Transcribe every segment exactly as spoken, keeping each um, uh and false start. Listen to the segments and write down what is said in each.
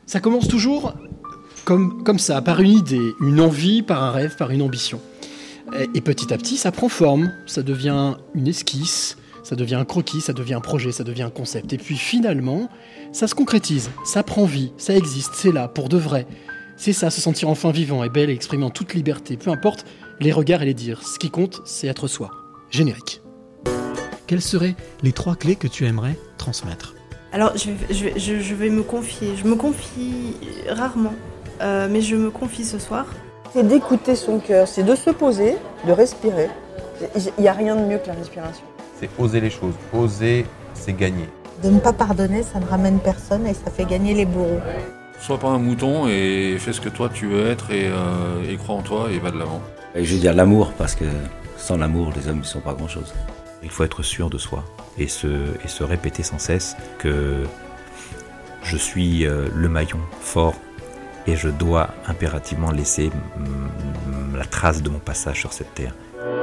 Ça commence toujours comme, comme ça, par une idée, une envie, par un rêve, par une ambition. Et, et petit à petit, ça prend forme, ça devient une esquisse, ça devient un croquis, ça devient un projet, ça devient un concept. Et puis finalement, ça se concrétise, ça prend vie, ça existe, c'est là, pour de vrai. C'est ça, se sentir enfin vivant et belle et exprimer en toute liberté, peu importe les regards et les dires. Ce qui compte, c'est être soi. Générique. Quelles seraient les trois clés que tu aimerais transmettre ? Alors, je, je, je, je vais me confier. Je me confie rarement, euh, mais je me confie ce soir. C'est d'écouter son cœur, c'est de se poser, de respirer. Il n'y a rien de mieux que la respiration. C'est oser les choses. Oser, c'est gagner. De ne pas pardonner, ça ne ramène personne et ça fait gagner les bourreaux. Sois pas un mouton et fais ce que toi tu veux être et, euh, et crois en toi et va de l'avant. Et je veux dire l'amour, parce que sans l'amour, les hommes ne sont pas grand-chose. Il faut être sûr de soi et se, et se répéter sans cesse que je suis euh, le maillon fort et je dois impérativement laisser m- m- la trace de mon passage sur cette terre.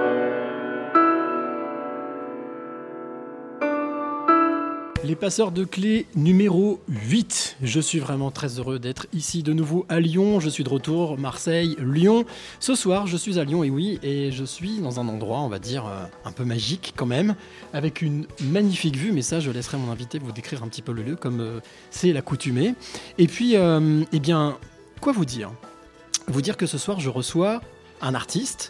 Les passeurs de clés numéro huit. Je suis vraiment très heureux d'être ici de nouveau à Lyon. Je suis de retour, Marseille, Lyon. Ce soir, je suis à Lyon, et oui, et je suis dans un endroit, on va dire, euh, un peu magique quand même, avec une magnifique vue, mais ça, je laisserai mon invité vous décrire un petit peu le lieu, comme euh, c'est l'accoutumé. Et puis, euh, eh bien, quoi vous dire ? Vous dire que ce soir, je reçois un artiste,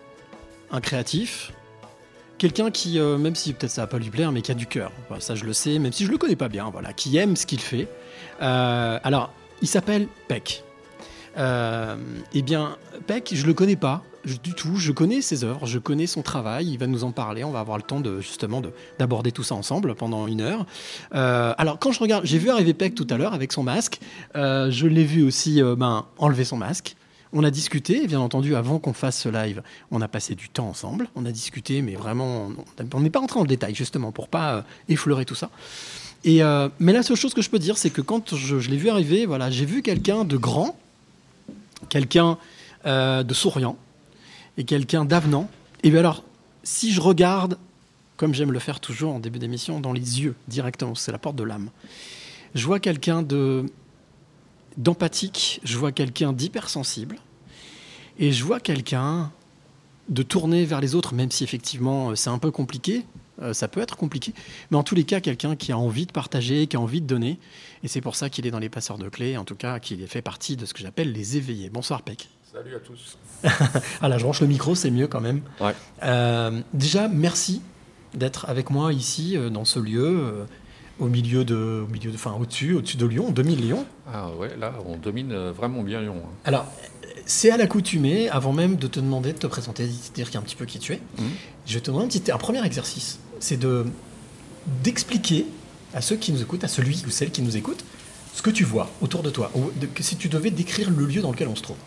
un créatif, quelqu'un qui, euh, même si peut-être ça va pas lui plaire, mais qui a du cœur. Enfin, ça, je le sais, même si je le connais pas bien, voilà, qui aime ce qu'il fait. Euh, alors, il s'appelle Peck. Euh, eh bien, Peck, je le connais pas je, du tout. Je connais ses œuvres, je connais son travail. Il va nous en parler. On va avoir le temps de justement de, d'aborder tout ça ensemble pendant une heure. Euh, alors, quand je regarde, j'ai vu arriver Peck tout à l'heure avec son masque. Euh, je l'ai vu aussi, euh, ben, enlever son masque. On a discuté, bien entendu, avant qu'on fasse ce live, on a passé du temps ensemble, on a discuté, mais vraiment, on n'est pas rentré en détail, justement, pour pas euh, effleurer tout ça. Et, euh, mais la seule chose que je peux dire, c'est que quand je, je l'ai vu arriver, voilà, j'ai vu quelqu'un de grand, quelqu'un euh, de souriant, et quelqu'un d'avenant. Et bien alors, si je regarde, comme j'aime le faire toujours en début d'émission, dans les yeux, directement, c'est la porte de l'âme, je vois quelqu'un de... d'empathique, je vois quelqu'un d'hypersensible et je vois quelqu'un de tourné vers les autres, même si effectivement c'est un peu compliqué, euh, ça peut être compliqué, mais en tous les cas quelqu'un qui a envie de partager, qui a envie de donner, et c'est pour ça qu'il est dans les passeurs de clés, en tout cas qu'il fait partie de ce que j'appelle les éveillés. Bonsoir Peck. Salut à tous. Ah là je branche le micro, c'est mieux quand même. Ouais. Euh, déjà merci d'être avec moi ici euh, dans ce lieu. Euh, Au milieu de, au milieu de, enfin au-dessus, au-dessus de Lyon, deux mille Lyon. Ah ouais, là, on domine vraiment bien Lyon. Hein. Alors, c'est à l'accoutumée, avant même de te demander de te présenter, de dire un petit peu qui tu es, mmh. je vais te demander un, petit, un premier exercice, c'est de, d'expliquer à ceux qui nous écoutent, à celui ou celle qui nous écoute, ce que tu vois autour de toi, ou de, que si tu devais décrire le lieu dans lequel on se trouve.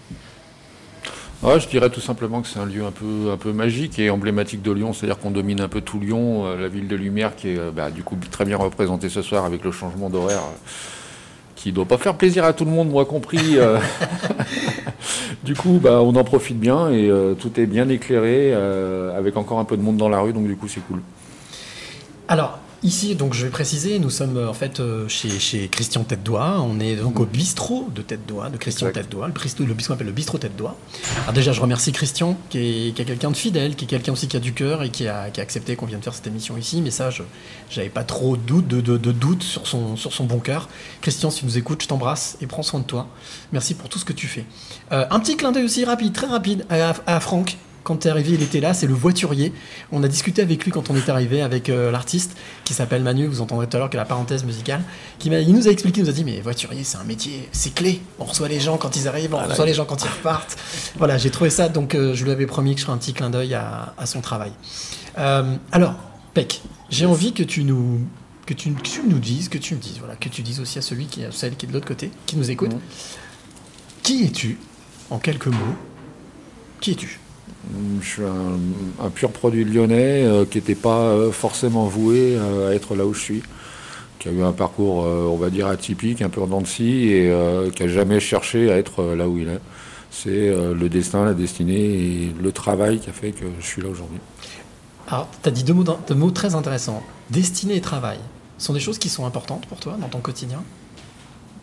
Ouais, je dirais tout simplement que c'est un lieu un peu, un peu magique et emblématique de Lyon, c'est-à-dire qu'on domine un peu tout Lyon, euh, la ville de lumière qui est euh, bah, du coup très bien représentée ce soir avec le changement d'horaire euh, qui ne doit pas faire plaisir à tout le monde, moi compris. Euh. Du coup, bah, on en profite bien et euh, tout est bien éclairé euh, avec encore un peu de monde dans la rue, donc du coup c'est cool. Alors, ici, donc je vais préciser, nous sommes en fait chez, chez Christian Tête-Doigt. On est donc au bistrot de Tête-Doigt, de Christian Exact. Tête-Doigt. Le bistrot, le bistrot s'appelle le bistrot Tête-Doigt. Alors déjà, je remercie Christian, qui est, qui est quelqu'un de fidèle, qui est quelqu'un aussi qui a du cœur et qui a, qui a accepté qu'on vienne faire cette émission ici. Mais ça, je n'avais pas trop de doute, de, de, de doute sur son, sur son bon cœur. Christian, si tu nous écoutes, je t'embrasse et prends soin de toi. Merci pour tout ce que tu fais. Euh, un petit clin d'œil aussi rapide, très rapide, à, à Franck. Quand tu es arrivé, il était là, c'est le voiturier. On a discuté avec lui quand on est arrivé, avec euh, l'artiste qui s'appelle Manu, vous entendrez tout à l'heure, qui est la parenthèse musicale. Qui m'a, il nous a expliqué, il nous a dit, mais voiturier, c'est un métier, c'est clé. On reçoit les gens quand ils arrivent, on ah, reçoit là, les gens quand ils repartent. Voilà, j'ai trouvé ça, donc euh, je lui avais promis que je ferais un petit clin d'œil à, à son travail. Euh, alors, Peck, j'ai envie que tu nous... Que tu, que tu nous dises, que tu me dises, voilà, que tu dises aussi à celui qui, à celle qui est de l'autre côté, qui nous écoute. Mmh. Qui es-tu, en quelques mots? Qui es-tu? Je suis un, un pur produit lyonnais euh, qui n'était pas euh, forcément voué euh, à être là où je suis, qui a eu un parcours, euh, on va dire, atypique, un peu en dents de scie, et euh, qui n'a jamais cherché à être euh, là où il est. C'est euh, le destin, la destinée et le travail qui a fait que je suis là aujourd'hui. Alors, tu as dit deux mots, deux mots très intéressants. Destinée et travail sont des choses qui sont importantes pour toi dans ton quotidien?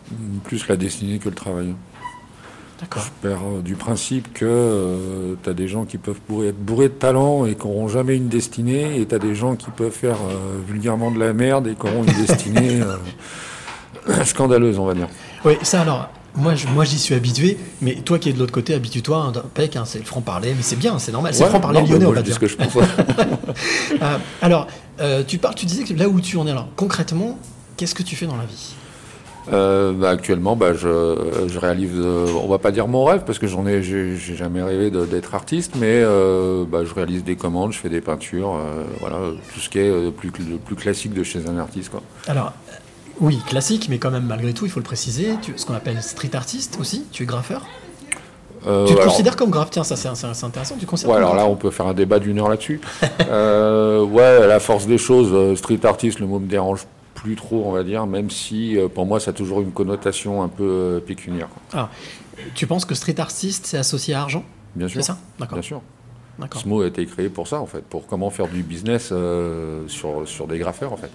Plus la destinée que le travail. D'accord. Je pars euh, du principe que euh, tu as des gens qui peuvent bourrer, être bourrés de talent et qui n'auront jamais une destinée, et tu as des gens qui peuvent faire euh, vulgairement de la merde et qui auront une destinée euh, scandaleuse, on va dire. Oui, ça alors, moi, je, moi j'y suis habitué, mais toi qui es de l'autre côté, habitue-toi, hein, Pec, hein, c'est le franc-parler, mais c'est bien, c'est normal, c'est Ouais, le franc-parler non, lyonnais, bah, on moi, va je dis dire. ce que je pense. Euh, alors, euh, tu parles, tu disais que là où tu en es, alors concrètement, qu'est-ce que tu fais dans la vie? Euh, bah, actuellement, bah, je, je réalise, euh, on va pas dire mon rêve, parce que j'en ai, j'ai, j'ai jamais rêvé de, d'être artiste, mais euh, bah, je réalise des commandes, je fais des peintures, euh, voilà, tout ce qui est euh, plus, le plus classique de chez un artiste, quoi. Alors, euh, oui, classique, mais quand même, malgré tout, il faut le préciser, tu, ce qu'on appelle street artist aussi, tu es graffeur? Euh, Tu te alors- considères comme graphe? Tiens, ça c'est c'est- c'est intéressant, tu te considères Ouais, comme alors là, graffeur? on peut faire un débat d'une heure là-dessus. euh, ouais, à la force des choses, euh, street artist, le mot me dérange plus trop, on va dire, même si euh, pour moi, ça a toujours une connotation un peu euh, pécuniaire, quoi. Tu penses que street artist, c'est associé à argent? Bien sûr. C'est ça? D'accord. Bien sûr. D'accord. Ce mot a été créé pour ça, en fait, pour comment faire du business euh, sur, sur des graffeurs, en fait.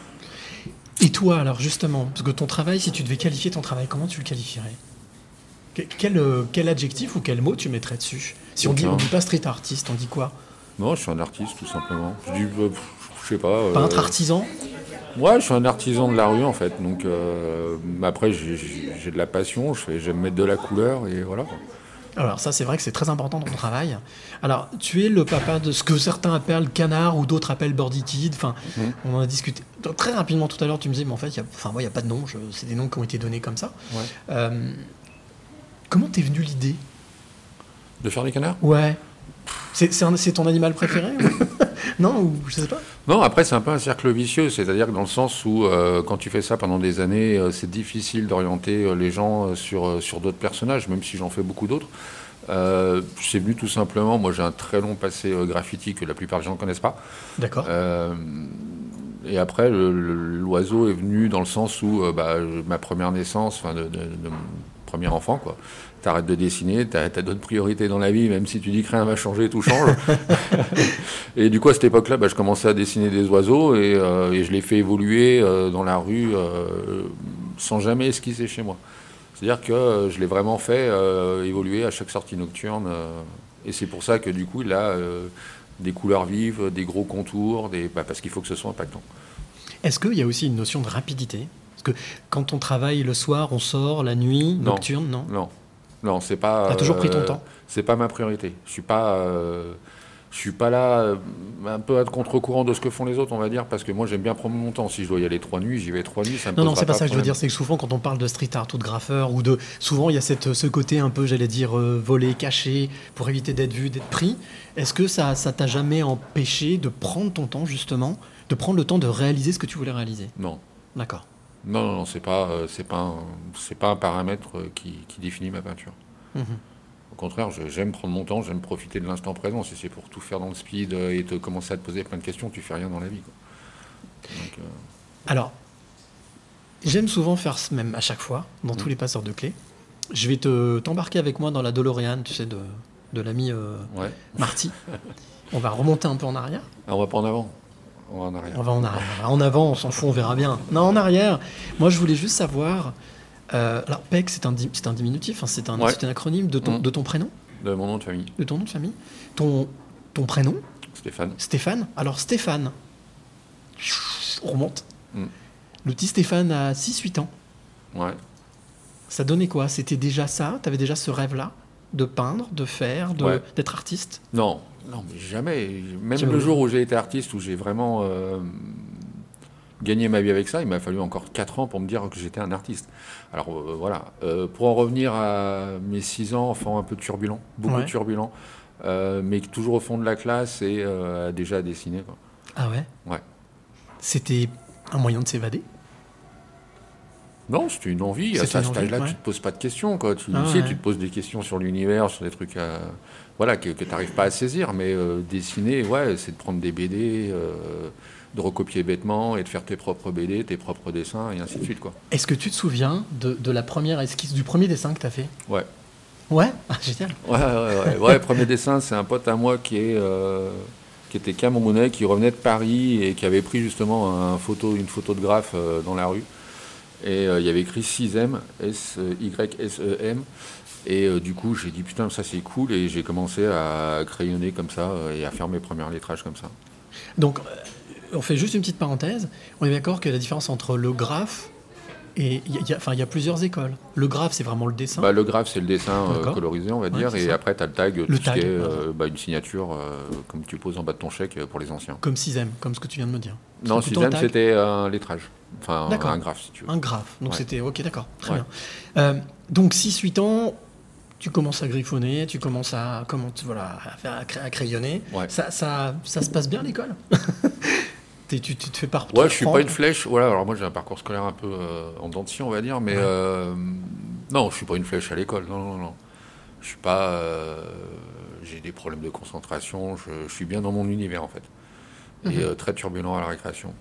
Et toi, alors justement, parce que ton travail, si tu devais qualifier ton travail, comment tu le qualifierais? Que- quel, euh, quel adjectif ou quel mot tu mettrais dessus? Si on dit, Aucun. on dit pas street artist, on dit quoi? Non, je suis un artiste, tout simplement. Je dis, euh, pff, je sais pas. euh, Peintre, artisan? Ouais, je suis un artisan de la rue, en fait. Donc, euh, après, j'ai, j'ai- j'ai de la passion, je fais, j'aime mettre de la couleur, et voilà, quoi. Alors ça, c'est vrai que c'est très important dans ton travail. Alors, tu es le papa de ce que certains appellent canard ou d'autres appellent Birdie Kid. Enfin, Mhm. on en a discuté Donc, très rapidement tout à l'heure. Tu me disais, mais en fait, il y a, enfin, moi, il y a pas de nom. je- c'est des noms qui ont été donnés comme ça. Ouais. Euh, comment t'es venue l'idée? De faire des canards? Ouais. C'est, c'est, un- c'est ton animal préféré ou- Non, ou je sais pas. Non, après, c'est un peu un cercle vicieux, c'est-à-dire que dans le sens où, euh, quand tu fais ça pendant des années, euh, c'est difficile d'orienter euh, les gens euh, sur, euh, sur d'autres personnages, même si j'en fais beaucoup d'autres. Euh, c'est venu tout simplement, moi j'ai un très long passé euh, graffiti que la plupart des gens ne connaissent pas. D'accord. Euh, et après, le- le- l'oiseau est venu dans le sens où euh, bah, je- ma première naissance, enfin de, de- de mon premier enfant, quoi. T'arrêtes de dessiner, t'as, t'as d'autres priorités dans la vie, même si tu dis que rien va changer, tout change. Et du coup, à cette époque-là, bah, je commençais à dessiner des oiseaux et, euh, et je les fais évoluer euh, dans la rue euh, sans jamais esquisser chez moi. C'est-à-dire que euh, je l'ai vraiment fait euh, évoluer à chaque sortie nocturne. euh, et c'est pour ça que du coup, il a euh, des couleurs vives, des gros contours, des, bah, parce qu'il faut que ce soit impactant. Est-ce qu'il y a aussi une notion de rapidité? Parce que quand on travaille le soir, on sort, la nuit, Non. nocturne, non? Non, non, c'est pas. T'as toujours pris ton euh, temps? C'est pas ma priorité. Je suis pas. euh, je suis pas là euh, un peu à contre-courant de ce que font les autres, on va dire, parce que moi j'aime bien prendre mon temps. Si je dois y aller trois nuits, j'y vais trois nuits. Ça me Non, non, posera c'est pas ça de que je veux problème. dire. C'est que souvent, quand on parle de street art ou de graffeur, ou de. Souvent, il y a cette, ce côté un peu, j'allais dire, euh, volé, caché, pour éviter d'être vu, d'être pris. Est-ce que ça ça t'a jamais empêché de prendre ton temps, justement, de prendre le temps de réaliser ce que tu voulais réaliser? Non. D'accord. Non, non, non, c'est pas, euh, c'est pas, un, c'est pas un paramètre euh, qui, qui définit ma peinture. Mhm. Au contraire, je- j'aime prendre mon temps, j'aime profiter de l'instant présent. Si c'est pour tout faire dans le speed euh, et te commencer à te poser plein de questions, tu fais rien dans la vie, quoi. Donc, euh, Alors, j'aime souvent faire ce même à chaque fois, dans Mhm. tous les passeurs de clés. Je vais te t'embarquer avec moi dans la DeLorean, tu sais, de, de l'ami euh, ouais. Marty. On va remonter un peu en arrière. Ah, on va pas en avant, on va en arrière. On va en arrière. En avant, on s'en fout, on verra bien. Non, en arrière. Moi, je voulais juste savoir. euh, alors, P E C, c'est un, di- c'est un diminutif, hein, c'est un, Ouais. c'est un acronyme de ton, Mhm. de ton prénom, De mon nom de famille, de ton nom de famille. Ton, ton prénom, Stéphane. Stéphane. Alors, Stéphane, on remonte. Mhm. Le petit Stéphane a six huit ans. Ouais. Ça donnait quoi? C'était déjà ça? T'avais déjà ce rêve-là? De peindre, de faire, de- Ouais. d'être artiste? Non, non, mais jamais. Même Jamais. le jour où j'ai été artiste, où j'ai vraiment euh, gagné ma vie avec ça, il m'a fallu encore quatre ans pour me dire que j'étais un artiste. Alors euh, voilà. Euh, pour en revenir à mes six ans, enfant un peu turbulent, beaucoup Ouais. turbulent, euh, mais toujours au fond de la classe et euh, déjà à dessiner, quoi. Ah ouais? Ouais. C'était un moyen de s'évader? Non, c'était une envie. À C'était ce une envie, stade-là, ouais. tu te poses pas de questions, quoi. Tu, Ah tu sais, ouais. tu te poses des questions sur l'univers, sur des trucs, euh, voilà, que, que tu n'arrives pas à saisir. Mais euh, dessiner, ouais, c'est de prendre des B D, euh, de recopier bêtement et de faire tes propres B D, tes propres dessins et ainsi de suite, quoi. Est-ce que tu te souviens de, de la première esquisse, du premier dessin que t'as fait? Ouais. Ouais? Ah, génial. Ouais, ouais, ouais. Ouais, premier dessin, c'est un pote à moi qui est, euh, qui était camerounais, qui revenait de Paris et qui avait pris justement un photo, une photo de graphe euh, dans la rue. Et euh, il y avait écrit sixième, S Y S E M. Et euh, du coup, j'ai dit putain, ça c'est cool. Et j'ai commencé à crayonner comme ça euh, et à faire mes premiers lettrages comme ça. Donc, euh, on fait juste une petite parenthèse. On est d'accord que la différence entre le graphe et il y, y, y a plusieurs écoles. Le graphe, c'est vraiment le dessin. Bah, le graphe, c'est le dessin euh, colorisé, on va dire. Ouais, et ça. Après, tu as le tag, tout le ce tag, qui est ouais. euh, bah, une signature, euh, comme tu poses en bas de ton chèque pour les anciens. Comme sixième, comme ce que tu viens de me dire. Non, sixième, c'était un lettrage. Enfin, d'accord. un graphe, si tu veux. Un graphe. Donc, ouais. c'était... Ok, d'accord. Très ouais. bien. Euh, donc, six huit ans, tu commences à griffonner, tu commences à, comment, voilà, à, faire, à, cray- à crayonner. Ouais. Ça, ça, ça se passe bien à l'école. Tu, tu te fais par ouais, je suis pas une flèche. Voilà, alors moi j'ai un parcours scolaire un peu euh, en dents de scie, on va dire, mais ouais. euh, non, je suis pas une flèche à l'école. Non, non, non. Je suis pas. Euh, j'ai des problèmes de concentration. Je, je suis bien dans mon univers en fait, et mm-hmm. euh, très turbulent à la récréation.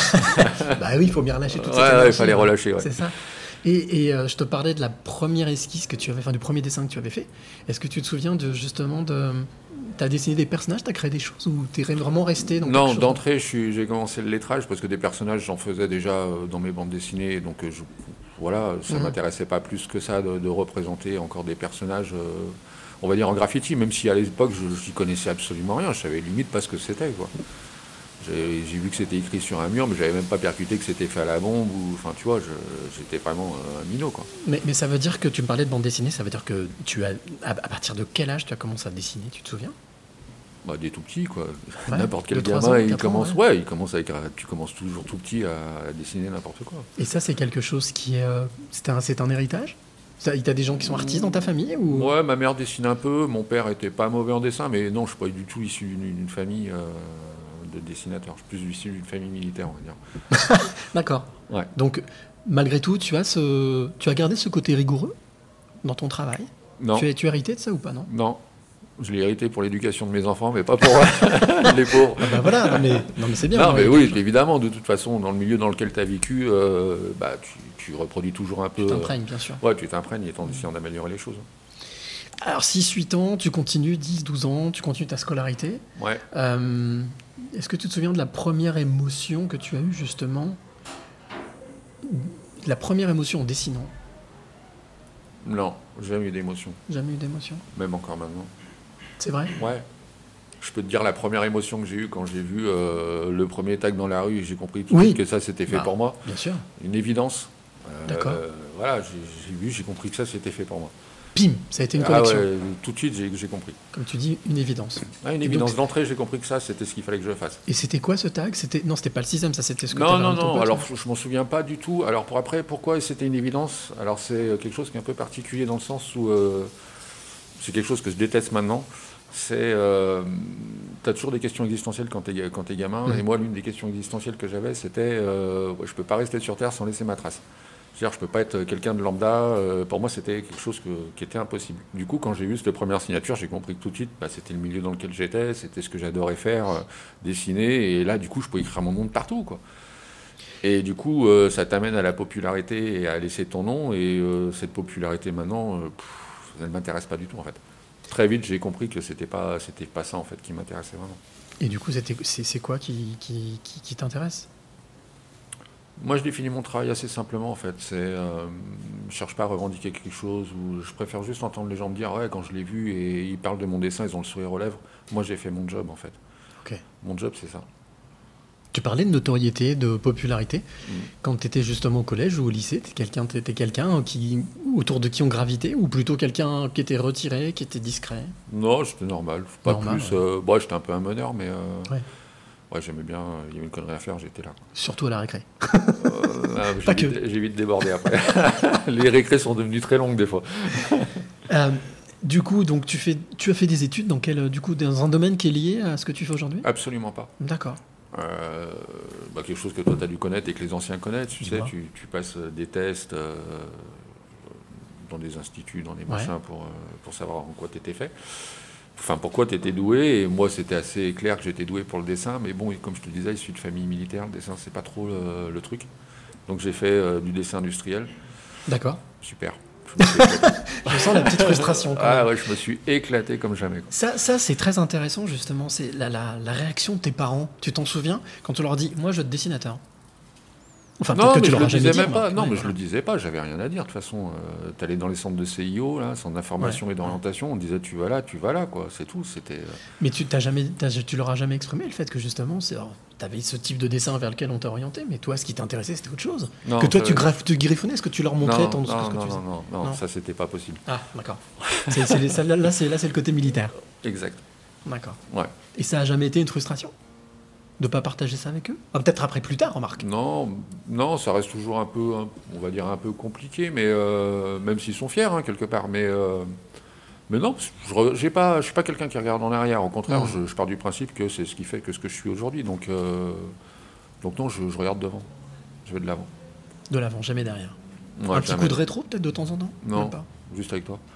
Bah oui, il faut bien relâcher toute ouais, cette énergie. Ouais, il fallait relâcher. Ouais. C'est ça. Et, et euh, je te parlais de la première esquisse que tu avais, enfin du premier dessin que tu avais fait. Est-ce que tu te souviens de justement de T'as dessiné des personnages, t'as créé des choses ou t'es vraiment resté dans Non, quelque d'entrée, je suis, j'ai commencé le lettrage parce que des personnages, j'en faisais déjà euh, dans mes bandes dessinées, donc euh, je, voilà, ça mmh. m'intéressait pas plus que ça de, de représenter encore des personnages, euh, on va dire en graffiti, même si à l'époque, je n'y connaissais absolument rien, je savais limite pas ce que c'était, quoi. J'ai, j'ai vu que c'était écrit sur un mur, mais j'avais même pas percuté que c'était fait à la bombe, ou, enfin, tu vois, je, j'étais vraiment euh, un minot, quoi. Mais, mais ça veut dire que tu me parlais de bande dessinée, ça veut dire que tu as, à, à partir de quel âge tu as commencé à dessiner, tu te souviens? Bah, des tout petits, quoi. Ouais, n'importe quel gamin, ans, il commence, ans, ouais. ouais, il commence avec, tu commences toujours tout petit à, à dessiner n'importe quoi. Et ça, c'est quelque chose qui est, euh, c'est un, c'est un héritage. Ça, t'as des gens qui sont artistes dans ta famille ou... Ouais, ma mère dessine un peu, mon père était pas mauvais en dessin, mais non, je suis pas du tout issu d'une, d'une famille euh, de dessinateurs. Je suis plus issu d'une famille militaire, on va dire. D'accord. Ouais. Donc, malgré tout, tu as ce, tu as gardé ce côté rigoureux dans ton travail. Non. Tu es, tu es hérité de ça ou pas, non? Non. Je l'ai hérité pour l'éducation de mes enfants, mais pas pour les pauvres. Ah bah voilà, non mais, non mais c'est bien. Non mais oui, évidemment, de toute façon, dans le milieu dans lequel tu as vécu, euh, bah, tu, tu reproduis toujours un peu... Tu t'imprègnes, bien sûr. Ouais, tu t'imprègnes, et en essayant d'améliorer les choses. Alors, six huit ans, tu continues, dix douze ans, tu continues ta scolarité. Ouais. Euh, est-ce que tu te souviens de la première émotion que tu as eue, justement? La première émotion en dessinant? Non, jamais eu d'émotion. Jamais eu d'émotion? Même encore maintenant. C'est vrai? Ouais. Je peux te dire la première émotion que j'ai eue quand j'ai vu euh, le premier tag dans la rue et j'ai compris tout de oui. suite que ça c'était fait bah, pour moi. Bien sûr. Une évidence. Euh, D'accord. Euh, voilà, j'ai, j'ai vu, j'ai compris que ça c'était fait pour moi. Pim, ça a été une connexion. Ah ouais, tout de suite j'ai, j'ai compris. Comme tu dis, une évidence. Ah, une évidence donc, d'entrée, j'ai compris que ça c'était ce qu'il fallait que je fasse. Et c'était quoi ce tag? C'était... Non, c'était pas le sixième, ça c'était ce que tu Non, non, non, pote, alors je, je m'en souviens pas du tout. Alors pour après, pourquoi c'était une évidence? Alors c'est quelque chose qui est un peu particulier dans le sens où euh, c'est quelque chose que je déteste maintenant. C'est, euh, t'as toujours des questions existentielles quand t'es, quand t'es gamin, mmh. et moi l'une des questions existentielles que j'avais c'était, euh, ouais, je peux pas rester sur Terre sans laisser ma trace. C'est-à-dire je peux pas être quelqu'un de lambda, euh, pour moi c'était quelque chose que, qui était impossible. Du coup quand j'ai vu cette première signature, j'ai compris que tout de suite, bah, c'était le milieu dans lequel j'étais, c'était ce que j'adorais faire, euh, dessiner, et là du coup je pouvais écrire mon nom de partout, quoi. Et du coup euh, ça t'amène à la popularité et à laisser ton nom, et euh, cette popularité maintenant, euh, pff, elle m'intéresse pas du tout en fait. Très vite, j'ai compris que c'était pas, c'était pas ça en fait qui m'intéressait vraiment. Et du coup, c'était, c'est, c'est quoi qui, qui, qui, qui t'intéresse? Moi, je définis mon travail assez simplement en fait. C'est, euh, je cherche pas à revendiquer quelque chose, ou je préfère juste entendre les gens me dire ouais, quand je l'ai vu et ils parlent de mon dessin, ils ont le sourire aux lèvres. Moi, j'ai fait mon job en fait. Okay. Mon job, c'est ça. Tu parlais de notoriété, de popularité. Mmh. Quand tu étais justement au collège ou au lycée, tu étais quelqu'un, t'étais quelqu'un qui, autour de qui on gravitait, ou plutôt quelqu'un qui était retiré, qui était discret? Non, j'étais normal. Pas normal, plus. Ouais. Euh, bon, j'étais un peu un meneur, mais euh, ouais. Ouais, j'aimais bien. Il y avait une connerie à faire, j'étais là. Surtout à la récré. euh, ah, j'ai, Pas vite, que. j'ai vite débordé après. Les récrés sont devenues très longues des fois. euh, du coup, donc tu fais, tu as fait des études dans quel, du coup, dans un domaine qui est lié à ce que tu fais aujourd'hui? Absolument pas. D'accord. Euh, bah, quelque chose que toi tu as dû connaître et que les anciens connaissent, tu sais, tu, tu passes des tests euh, dans des instituts, dans des machins, ouais. pour, euh, pour savoir en quoi tu étais fait, enfin pourquoi tu étais doué, et moi c'était assez clair que j'étais doué pour le dessin, mais bon, comme je te disais, issu de famille militaire, le dessin c'est pas trop le, le truc, donc j'ai fait euh, du dessin industriel. D'accord. Super. Je sens la petite frustration. Quand ah même. ouais, je me suis éclaté comme jamais. Quoi. Ça, ça c'est très intéressant justement. C'est la, la, la réaction de tes parents. Tu t'en souviens quand tu leur dis, moi je veux être dessinateur? Enfin, Non, peut-être que mais tu je le l'auras jamais disais dit. même pas. Marc. Non, Ouais, mais je voilà. le disais pas. J'avais rien à dire. De toute façon, euh, t'allais dans les centres de C I O, là, centres d'information Ouais. et d'orientation. On disait tu vas là, tu vas là, quoi. C'est tout. C'était. euh, Mais tu t'as jamais, t'as- tu leur as jamais exprimé le fait que justement, c'est, tu avais ce type de dessin vers lequel on t'a orienté, mais toi, ce qui t'intéressait, c'était autre chose. Non, que toi, ça- tu, graff, tu griffonnais, est-ce que tu leur montrais non, ton, non, ce que non, tu non, faisais non, non, Non. ça c'était pas possible. Ah, d'accord. C'est, c'est les- ça, là, là, c'est, là, c'est le côté militaire. Exact. D'accord. Ouais. Et ça a jamais été une frustration de pas partager ça avec eux ah, peut-être après plus tard, remarque. Non, non, ça reste toujours un peu, un- on va dire un peu compliqué, mais euh, même s'ils sont fiers hein, quelque part, mais euh, mais non, je re- j'ai pas, je suis pas quelqu'un qui regarde en arrière. Au contraire, Mmh. je, je pars du principe que c'est ce qui fait que ce que je suis aujourd'hui. Donc euh, donc non, je, je regarde devant, je vais de l'avant. De l'avant, jamais derrière. Ouais, un petit jamais. coup de rétro, peut-être de temps en temps Non. Même pas. Juste avec toi.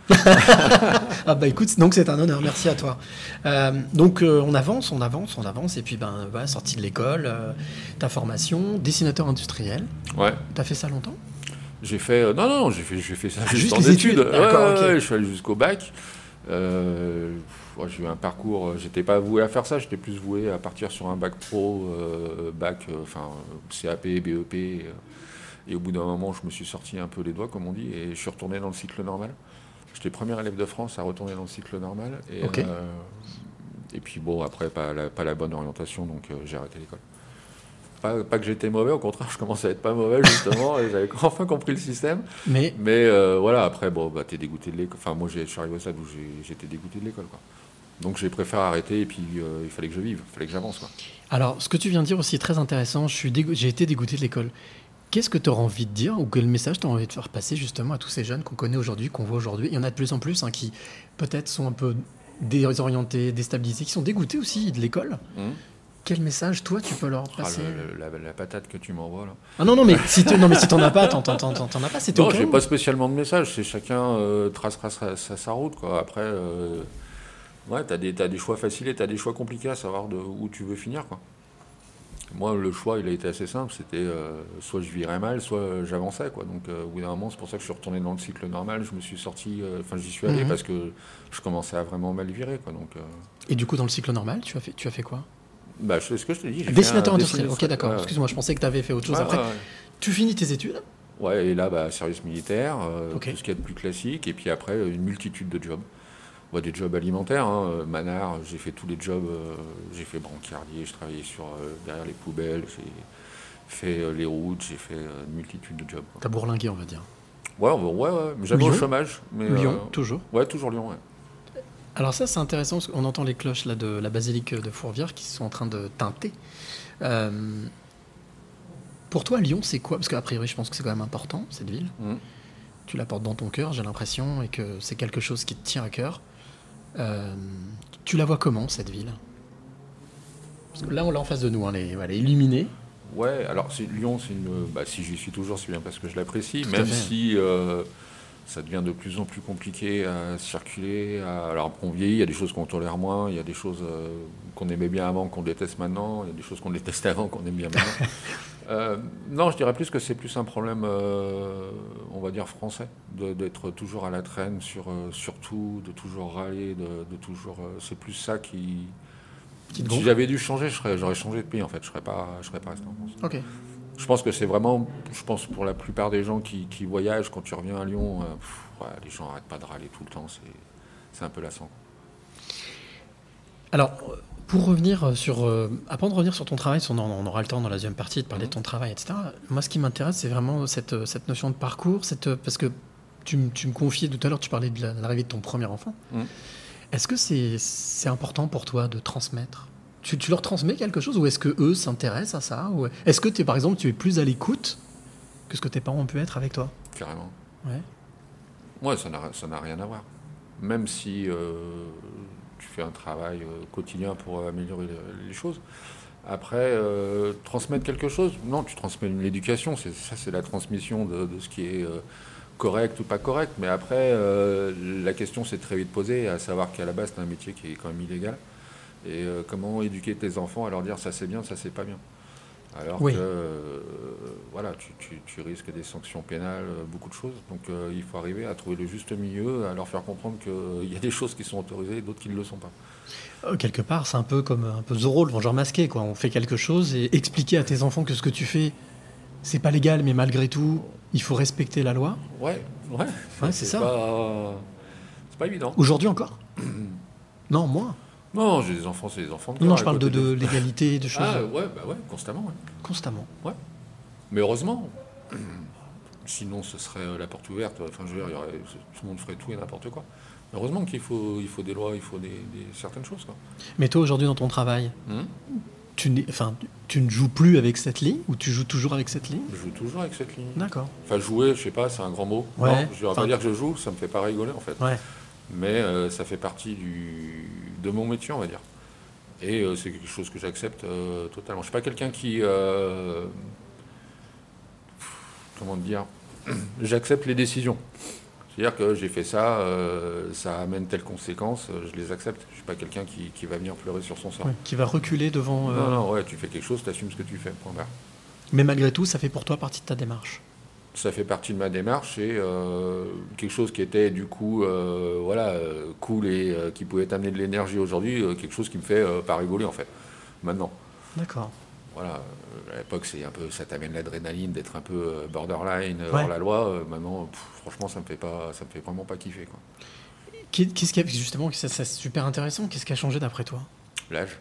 Ah bah écoute, donc c'est un honneur, merci à toi. Euh, donc euh, on avance, on avance, on avance, et puis ben voilà, sortie de l'école, euh, ta formation, dessinateur industriel, Ouais. t'as fait ça longtemps? J'ai fait, euh, non, non, non, j'ai fait, j'ai fait ça Ah, juste juste en les études. études, d'accord, Ouais, ok. ouais, je suis allé jusqu'au bac. Euh, ouais, j'ai eu un parcours, euh, j'étais pas voué à faire ça, j'étais plus voué à partir sur un bac pro, euh, bac, euh, enfin euh, C A P, B E P. euh, et au bout d'un moment, je me suis sorti un peu les doigts, comme on dit, et je suis retourné dans le cycle normal. J'étais premier élève de France à retourner dans le cycle normal. Et, Ok. euh, et puis bon, après, pas la, pas la bonne orientation, donc euh, j'ai arrêté l'école. Pas, pas que j'étais mauvais, au contraire, je commençais à être pas mauvais, justement, et j'avais enfin compris le système. Mais Mais euh, voilà, après, bon, bah, t'es dégoûté de l'école. Enfin, moi, j'ai- je suis arrivé au stade où j'ai- j'étais dégoûté de l'école, quoi. Donc j'ai préféré arrêter, et puis euh, il fallait que je vive, il fallait que j'avance, quoi. alors, ce que tu viens de dire aussi est très intéressant. Je suis dégo- j'ai été dégoûté de l'école. Qu'est-ce que tu auras envie de dire ou quel message tu as envie de faire passer justement à tous ces jeunes qu'on connaît aujourd'hui, qu'on voit aujourd'hui? Il y en a de plus en plus hein, qui peut-être sont un peu désorientés, déstabilisés, qui sont dégoûtés aussi de l'école. Hum. Quel message, toi, tu peux leur Ah, passer? le- le- la, la patate que tu m'envoies, là. Ah non, non, mais si tu non, mais si t'en as pas, t'en, t'en, t'en, t'en as pas, c'était Non, au cas j'ai où. pas spécialement de message, c'est chacun euh, tracera sa, sa, sa route, quoi. Après, euh, ouais, t'as des, t'as des choix faciles et t'as des choix compliqués à savoir de où tu veux finir, quoi. Moi, le choix, il a été assez simple, c'était euh, soit je virais mal, soit euh, j'avançais, quoi. Donc, euh, au bout d'un moment, c'est pour ça que je suis retourné dans le cycle normal, je me suis sorti, euh, enfin, j'y suis allé Mhm. parce que je commençais à vraiment mal virer, quoi. Donc, euh, Et du coup, dans le cycle normal, tu as fait, tu as fait quoi? bah, c'est ce que je te dis. j'ai fait Dessinateur un industriel, ok, dessinateur- d'accord. ouais, ouais. Excuse-moi, je pensais que tu avais fait autre chose Ouais, après. ouais, ouais. Tu finis tes études? Ouais, et là, bah, service militaire, euh, Ok. tout ce qu'il y a de plus classique, et puis après, euh, une multitude de jobs. Ouais, des jobs alimentaires, hein, euh, manard, j'ai fait tous les jobs, euh, j'ai fait brancardier, je travaillais sur, euh, derrière les poubelles, j'ai fait euh, les routes, j'ai fait euh, une multitude de jobs, quoi. T'as bourlingué, on va dire. Ouais, ouais, ouais, ouais, mais j'avais au Lyon chômage. Mais, Lyon, euh, toujours. Ouais, toujours Lyon, ouais. Alors ça, c'est intéressant, parce qu'on entend les cloches là, de la basilique de Fourvière qui sont en train de teinter. Euh, pour toi, Lyon, c'est quoi? Parce qu'a priori, je pense que c'est quand même important, cette ville. Mhm. Tu la portes dans ton cœur, j'ai l'impression, et que c'est quelque chose qui te tient à cœur. Euh, tu la vois comment, cette ville? Parce que là, on l'a en face de nous, hein, les, voilà, illuminée. Ouais, alors c'est- Lyon, c'est une. Bah, si j'y suis toujours, c'est bien parce que je l'apprécie, Tout à même fait. si euh, ça devient de plus en plus compliqué à circuler. à- Alors, on vieillit, il y a des choses qu'on tolère moins, il y a des choses euh, qu'on aimait bien avant, qu'on déteste maintenant, il y a des choses qu'on détestait avant, qu'on aime bien maintenant. Euh, non, je dirais plus que c'est plus un problème, euh, on va dire, français, de- d'être toujours à la traîne sur, euh, sur tout, de toujours râler, de, de toujours. euh, c'est plus ça qui. Qui te Si gonfle. j'avais dû changer, je serais- j'aurais changé de pays en fait. Je serais pas, je serais pas resté en France. Ok. Je pense que c'est vraiment, je pense pour la plupart des gens qui, qui voyagent, quand tu reviens à Lyon, euh, pff, ouais, les gens n'arrêtent pas de râler tout le temps, c'est, c'est un peu lassant. Alors, pour revenir sur... Euh, avant de revenir sur ton travail, on, on aura le temps dans la deuxième partie de parler Mhm. de ton travail, et cetera. Moi, ce qui m'intéresse, c'est vraiment cette, cette notion de parcours, cette, parce que tu, me- tu me confiais tout à l'heure, tu parlais de la- de l'arrivée de ton premier enfant. Mhm. Est-ce que c'est, c'est important pour toi de transmettre? tu, tu leur transmets quelque chose ou est-ce que eux s'intéressent à ça ou est-ce que tu es, par exemple, tu es plus à l'écoute que ce que tes parents ont pu être avec toi? Carrément. Ouais. Ouais, ça n'a, ça n'a rien à voir. Même si euh, tu fais un travail euh, quotidien pour euh, améliorer les, les choses. Après, euh, transmettre quelque chose, non, tu transmets une éducation, c'est, ça c'est la transmission de, de ce qui est euh, correct ou pas correct. Mais après, euh, la question s'est très vite posée, à savoir qu'à la base, c'est un métier qui est quand même illégal. Et euh, comment éduquer tes enfants à leur dire ça c'est bien, ça c'est pas bien. Alors Oui. que euh, voilà, tu, tu, tu risques des sanctions pénales, euh, beaucoup de choses. Donc euh, il faut arriver à trouver le juste milieu, à leur faire comprendre qu'il y a des choses qui sont autorisées et d'autres qui ne le sont pas. Euh, quelque part, c'est un peu comme un peu Zorro, le vengeur masqué, quoi. On fait quelque chose et expliquer à tes enfants que ce que tu fais c'est pas légal, mais malgré tout, il faut respecter la loi. Ouais, ouais. Ouais, c'est ça. Pas... C'est pas évident. Aujourd'hui encore Non, moi. Non, j'ai des enfants, c'est des enfants de Non, non, cœur je à parle de, côté de l'égalité, de choses. Ah ouais, bah ouais, constamment. Ouais. Constamment. Ouais. Mais heureusement. Sinon, ce serait euh, la porte ouverte. Enfin, je veux dire, il y aurait- tout le monde ferait tout et n'importe quoi. Heureusement qu'il faut, il faut des lois, il faut des, des- certaines choses, quoi. Mais toi, aujourd'hui, dans ton travail, Hum tu, n'es- enfin, tu ne joues plus avec cette ligne ou tu joues toujours avec cette ligne? Je joue toujours avec cette ligne. D'accord. Enfin, jouer, je sais pas, c'est un grand mot. Ouais. Non, je ne vais Enfin- pas dire que je joue, ça me fait pas rigoler, en fait. Ouais. Mais euh, ça fait partie du, de mon métier, on va dire. Et euh, c'est quelque chose que j'accepte euh, totalement. Je suis pas quelqu'un qui... euh, comment dire? J'accepte les décisions. C'est-à-dire que j'ai fait ça, euh, ça amène telle conséquence, euh, je les accepte. Je suis pas quelqu'un qui, qui va venir pleurer sur son sort. Ouais, qui va reculer devant. euh, Non, non, ouais, tu fais quelque chose, tu assumes ce que tu fais, point barre. Mais malgré tout, ça fait pour toi partie de ta démarche. Ça fait partie de ma démarche et euh, quelque chose qui était du coup euh, voilà, euh, cool et euh, qui pouvait t'amener de l'énergie aujourd'hui, euh, quelque chose qui me fait euh, pas rigoler en fait, maintenant. D'accord. Voilà, euh, à l'époque c'est un peu, ça t'amène l'adrénaline d'être un peu euh, borderline, euh, Ouais. hors la loi. Euh, maintenant, pff, franchement, ça me fait pas, ça me fait vraiment pas kiffer, quoi. Qu'est- Qu'est-ce qui a, justement, ça, ça, c'est super intéressant. Qu'est-ce qui a changé d'après toi? L'âge.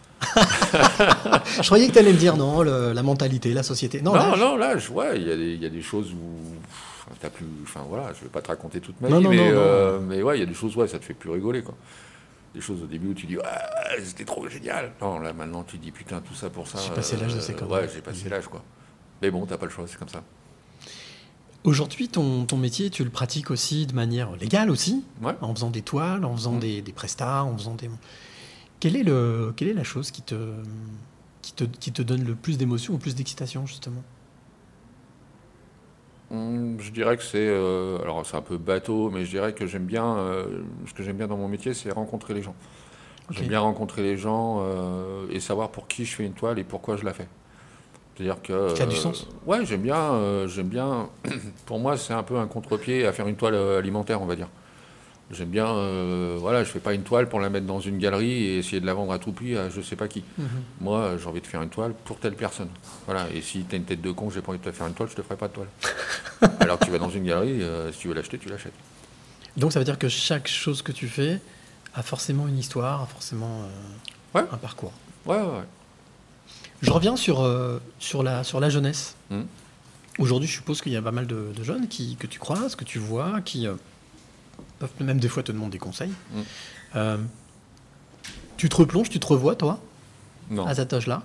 Je croyais que tu allais me dire non, le- la mentalité, la société. Non, Non, l'âge. non, l'âge, ouais, il y, a des- il y a des choses où pff, t'as plus, enfin voilà, je vais pas te raconter toute ma Non, vie, non, mais, non, non. euh, mais ouais, il y a des choses, ouais, ça te fait plus rigoler, quoi. Des choses au début où tu dis, ouais, c'était trop génial. Non, là maintenant tu dis, putain, tout ça pour ça. J'ai passé l'âge de ces conneries. Ouais, j'ai passé l'âge, quoi. Mais bon, t'as pas le choix, c'est comme ça. Aujourd'hui, ton, ton métier, tu le pratiques aussi de manière légale aussi, Ouais. en faisant des toiles, en faisant Mm. des, des prestats, en faisant des. Quelle est, le, quelle est la chose qui te, qui, te, qui te donne le plus d'émotion ou plus d'excitation, justement? Hum, Je dirais que c'est, euh, alors c'est un peu bateau, mais je dirais que j'aime bien, euh, ce que j'aime bien dans mon métier, c'est rencontrer les gens. Ok. J'aime bien rencontrer les gens euh, et savoir pour qui je fais une toile et pourquoi je la fais. C'est-à-dire que... Qui a du euh, sens. Ouais, j'aime bien, euh, j'aime bien, pour moi c'est un peu un contre-pied à faire une toile euh, alimentaire, on va dire. J'aime bien, euh, voilà, je fais pas une toile pour la mettre dans une galerie et essayer de la vendre à tout prix à je sais pas qui. Mhm. Moi, j'ai envie de faire une toile pour telle personne. Voilà. Et si tu as une tête de con, j'ai pas envie de te faire une toile, je te ferai pas de toile. Alors que tu vas dans une galerie, euh, si tu veux l'acheter, tu l'achètes. Donc ça veut dire que chaque chose que tu fais a forcément une histoire, a forcément euh, Ouais. un parcours. Ouais, ouais, ouais. Je reviens sur, euh, sur, la, sur la jeunesse. Mhm. Aujourd'hui, je suppose qu'il y a pas mal de, de jeunes qui, que tu croises, que tu vois, qui euh, peuvent même des fois te demander des conseils. Mhm. Euh, tu te replonges, tu te revois, toi, Non. à cet âge-là?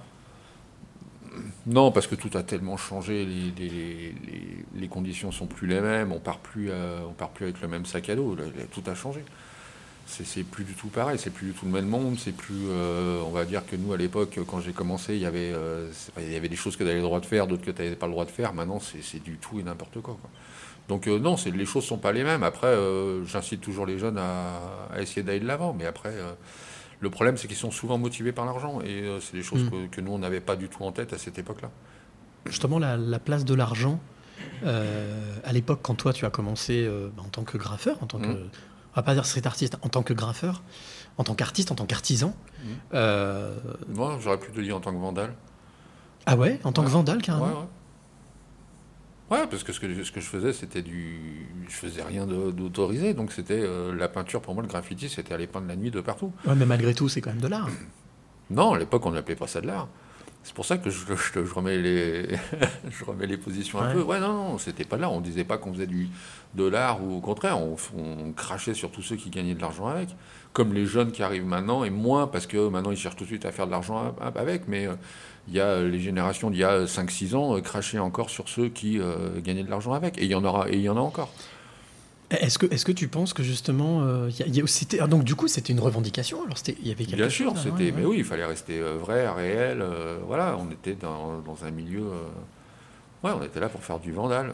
Non, parce que tout a tellement changé, les, les, les, les conditions sont plus les mêmes, on part plus, euh, on part plus avec le même sac à dos, le- le- tout a changé. C'est, c'est plus du tout pareil, c'est plus du tout le même monde, c'est plus, euh, on va dire que nous à l'époque, quand j'ai commencé, il y avait, euh, c'est pas- il y avait des choses que tu avais le droit de faire, d'autres que tu n'avais pas le droit de faire. Maintenant, c'est, c'est du tout et n'importe quoi, quoi. Donc euh, non, c'est, les choses sont pas les mêmes. Après, euh, j'incite toujours les jeunes à, à essayer d'aller de l'avant, mais après. Euh, Le problème, c'est qu'ils sont souvent motivés par l'argent. Et euh, c'est des choses Mm. que, que nous, on n'avait pas du tout en tête à cette époque-là. Justement, la, la place de l'argent, euh, à l'époque, quand toi, tu as commencé euh, en tant que graffeur, en tant que... Mhm. On va pas dire street artiste, en tant que graffeur, en tant qu'artiste, en tant qu'artisan. Mhm. euh, Moi, j'aurais pu te dire en tant que vandale. Ah ouais, en tant Ouais. que vandale, Ouais, carrément. ouais. Ouais, parce que ce que, ce que je faisais, c'était du... Je faisais rien de- d'autorisé. Donc, c'était euh, la peinture, pour moi, le graffiti, c'était aller peindre la nuit de partout. Ouais, mais malgré tout, c'est quand même de l'art. Non, à l'époque, on n'appelait pas ça de l'art. C'est pour ça que je, je, je remets, les, je remets les positions un Ouais. peu. Ouais, non, non, c'était pas de l'art. On disait pas qu'on faisait du, de l'art ou au contraire, on, on crachait sur tous ceux qui gagnaient de l'argent avec. Comme les jeunes qui arrivent maintenant, et moins parce que maintenant ils cherchent tout de suite à faire de l'argent avec, mais euh, il y a les générations d'il y a cinq six ans euh, crachaient encore sur ceux qui euh, gagnaient de l'argent avec. Et il y en aura, et il y en a encore. Est-ce que, est-ce que tu penses que justement, euh, y a- y a- c'était, ah, donc du coup, c'était une revendication. Alors, c'était, il y avait quelque Bien chose. sûr, là, c'était. ouais, ouais. Mais oui, il fallait rester euh, vrai, réel. euh, voilà, on était dans, dans un milieu. euh, ouais, on était là pour faire du vandale.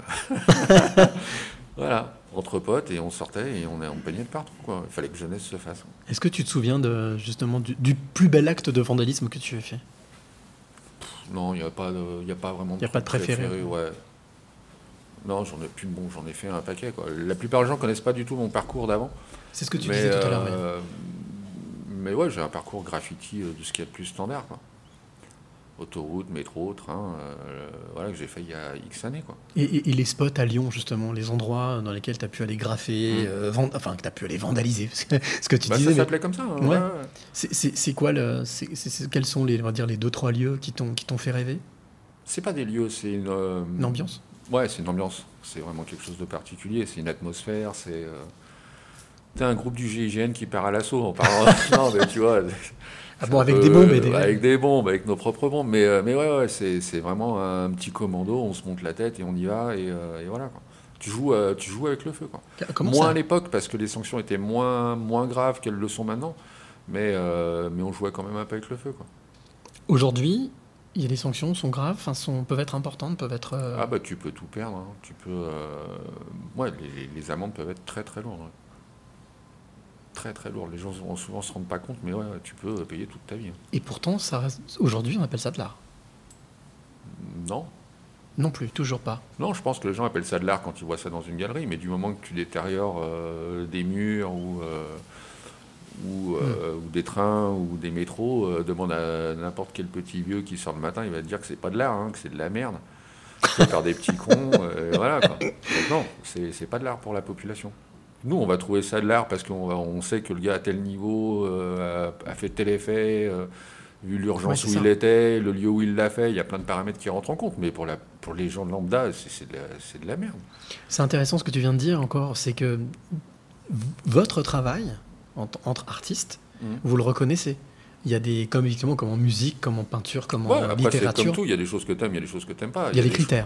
Voilà, entre potes, et on sortait et on, on peignait de partout, quoi. Il fallait que jeunesse se fasse. Est-ce que tu te souviens de, justement du, du plus bel acte de vandalisme que tu as fait? Non, il n'y a pas, de- il y a pas vraiment. Il y a pas de truc préféré. Ouais. Non, j'en ai plus de bon, j'en ai fait un paquet, quoi. La plupart des gens connaissent pas du tout mon parcours d'avant. C'est ce que tu mais, disais tout à l'heure. euh, mais ouais, j'ai un parcours graffiti euh, de ce qu'il y a de plus standard, quoi. Autoroute, métro, train, euh, voilà, que j'ai fait il y a X années, quoi. Et, et- et les spots à Lyon, justement, les endroits dans lesquels tu as pu aller graffer, Mm. euh, vand- enfin, que tu as pu aller vandaliser, ce que, ce que tu Bah, disais. ça mais s'appelait comme ça. hein, Ouais. ouais, ouais. c'est, c'est- c'est quoi le. c'est- c'est- c'est- quels sont les, on va dire, les deux, trois lieux qui t'ont, qui t'ont fait rêver? C'est pas des lieux, c'est une. euh, Une ambiance? Ouais, c'est une ambiance. C'est vraiment quelque chose de particulier. C'est une atmosphère. C'est. Euh... T'as un groupe du G I G N qui part à l'assaut en parlant. non, mais tu vois. Ah bon, c'est un avec peu, des bombes et euh, des. Avec des bombes, avec nos propres bombes. Mais, euh, mais ouais, ouais, c'est, c'est vraiment un petit commando. On se monte la tête et on y va. Et, euh, et voilà, quoi. Tu joues, euh, tu joues avec le feu, quoi. Comment moins ça à l'époque, parce que les sanctions étaient moins, moins graves qu'elles le sont maintenant. Mais, euh, mais on jouait quand même un peu avec le feu, quoi. Aujourd'hui, il y a des sanctions, sont graves, enfin, sont, peuvent être importantes, peuvent être. euh, Ah bah tu peux tout perdre. hein. Tu peux. euh, Ouais, les, les amendes peuvent être très très lourdes. ouais. Très très lourdes. Les gens souvent, souvent se rendent pas compte, mais ouais, ouais, tu peux payer toute ta vie. hein. Et pourtant, ça reste... aujourd'hui, on appelle ça de l'art. Non. Non plus, toujours pas. Non, je pense que les gens appellent ça de l'art quand ils voient ça dans une galerie, mais du moment que tu détériores euh, des murs ou, euh, ou, euh, ou des trains ou des métros, euh, demande à n'importe quel petit vieux qui sort le matin, il va te dire que c'est pas de l'art, hein, que c'est de la merde, que faire des petits cons, euh, voilà quoi. Donc non, c'est, c'est pas de l'art pour la population. Nous, on va trouver ça de l'art parce qu'on va- on sait que le gars à tel niveau euh, a, a fait tel effet, euh, vu l'urgence Ouais, c'est où ça. il était, le lieu où il l'a fait, il y a plein de paramètres qui rentrent en compte. Mais pour, la, pour les gens de lambda, c'est, c'est, de la, c'est de la merde. C'est intéressant ce que tu viens de dire encore, c'est que v- votre travail en t- entre artistes, Mhm. vous le reconnaissez. Il y a des, comme effectivement, comme en musique, comme en peinture, comme Ouais, en après, c'est comme littérature, tout, il y a des choses que tu aimes, il y a des choses que tu n'aimes pas. il y a des choses- critères.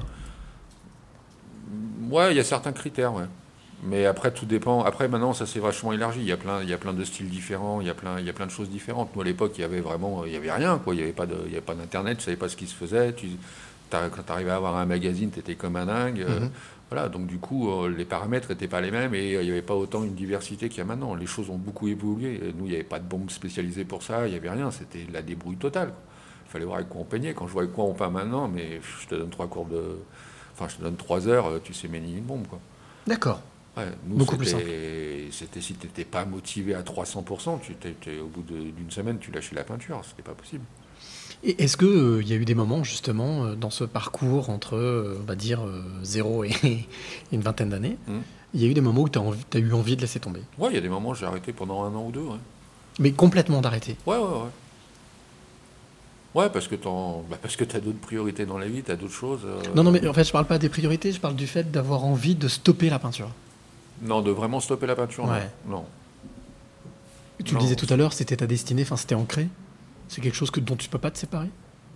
Ouais, il y a certains critères, ouais. Mais après, tout dépend. Après, maintenant, ça s'est vachement élargi. Il y a plein, il y a plein de styles différents, il y a plein, il y a plein de choses différentes. Nous, à l'époque, il y avait vraiment, il y avait rien, quoi. Il n'y avait pas de, il y avait pas d'internet, tu savais pas ce qui se faisait. Tu, t'arri- quand tu arrivais à avoir un magazine, tu étais comme un dingue. euh, Mhm. Voilà, donc du coup, euh, les paramètres n'étaient pas les mêmes et euh, il n'y avait pas autant une diversité qu'il y a maintenant. Les choses ont beaucoup évolué. Et nous, il n'y avait pas de bombes spécialisées pour ça, il n'y avait rien. C'était la débrouille totale, quoi. Il fallait voir avec quoi on peignait. Quand je vois avec quoi on peint maintenant, mais pff, je te donne trois cours de. Enfin, je te donne trois heures, euh, tu sais manier une bombe, quoi. D'accord. Ouais, nous, Beaucoup plus c'était, c'était si tu n'étais pas motivé à trois cents pour cent, tu t'es, t'es- au bout de- d'une semaine, tu lâchais la peinture. C'était pas possible. Et est-ce que euh, il y a eu des moments justement euh, dans ce parcours entre, euh, on va dire, euh, zéro et, et une vingtaine d'années, Mhm. il y a eu des moments où tu as eu envie de laisser tomber, Ouais, il y a des moments où j'ai arrêté pendant un an ou deux. Ouais, mais complètement d'arrêter. ouais, ouais. Ouais, ouais parce que t'en, bah, parce que t'as d'autres priorités dans la vie, t'as d'autres choses. euh, Non, non, mais en fait, je parle pas des priorités, je parle du fait d'avoir envie de stopper la peinture. Non, de vraiment stopper la peinture, non. Ouais. non. Tu Non. le disais tout à l'heure, c'était ta destinée, enfin, c'était ancré. C'est quelque chose que, dont tu peux pas te séparer.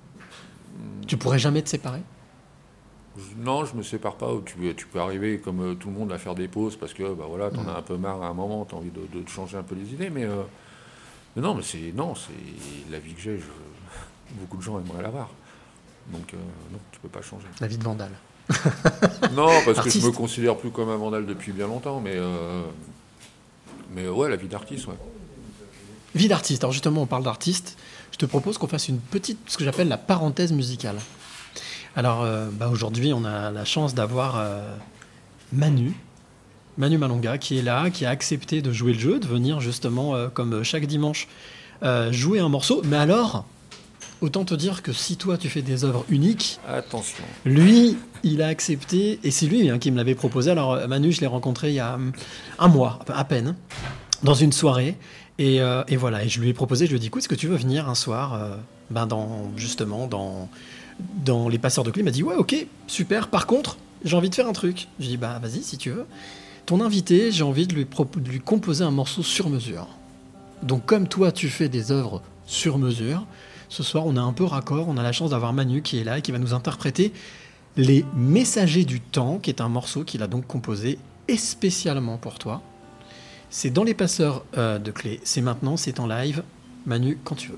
Tu pourrais jamais te séparer. Je- Non, je me sépare pas. Tu, tu peux arriver comme euh, tout le monde à faire des pauses parce que bah voilà, t'en Mhm. as un peu marre à un moment, t'as envie de, de te changer un peu les idées, mais, euh, mais non, mais c'est non, c'est la vie que j'ai. je- beaucoup de gens aimeraient l'avoir, donc euh, non, tu peux pas changer. La vie de vandale. Non, parce que Artiste. je me considère plus comme un vandale depuis bien longtemps, mais euh, mais ouais, la vie d'artiste, ouais. Vie d'artiste. Alors justement, on parle d'artiste. Je te propose qu'on fasse une petite, ce que j'appelle la parenthèse musicale. Alors euh, bah, aujourd'hui, on a la chance d'avoir euh, Manu, Manu Malonga, qui est là, qui a accepté de jouer le jeu, de venir justement, euh, comme chaque dimanche, euh, jouer un morceau. Mais alors, autant te dire que si toi, tu fais des œuvres uniques, Attention. lui, il a accepté, et c'est lui hein, qui me l'avait proposé. Alors Manu, je l'ai rencontré il y a hum, un mois, à peine, dans une soirée. Et, euh, et voilà, et je lui ai proposé, je lui ai dit, écoute, est-ce que tu veux venir un soir, euh, ben dans, justement, dans, dans les passeurs de clés. Il m'a dit, ouais, ok, super. Par contre, j'ai envie de faire un truc. Je lui ai dit, bah vas-y, si tu veux. Ton invité, j'ai envie de lui, pro- de lui composer un morceau sur mesure. Donc comme toi, tu fais des œuvres sur mesure, ce soir, on a un peu raccord. On a la chance d'avoir Manu qui est là et qui va nous interpréter Les Messagers du Temps, qui est un morceau qu'il a donc composé spécialement pour toi. C'est dans les passeurs euh, de clés. C'est maintenant, c'est en live. Manu, quand tu veux.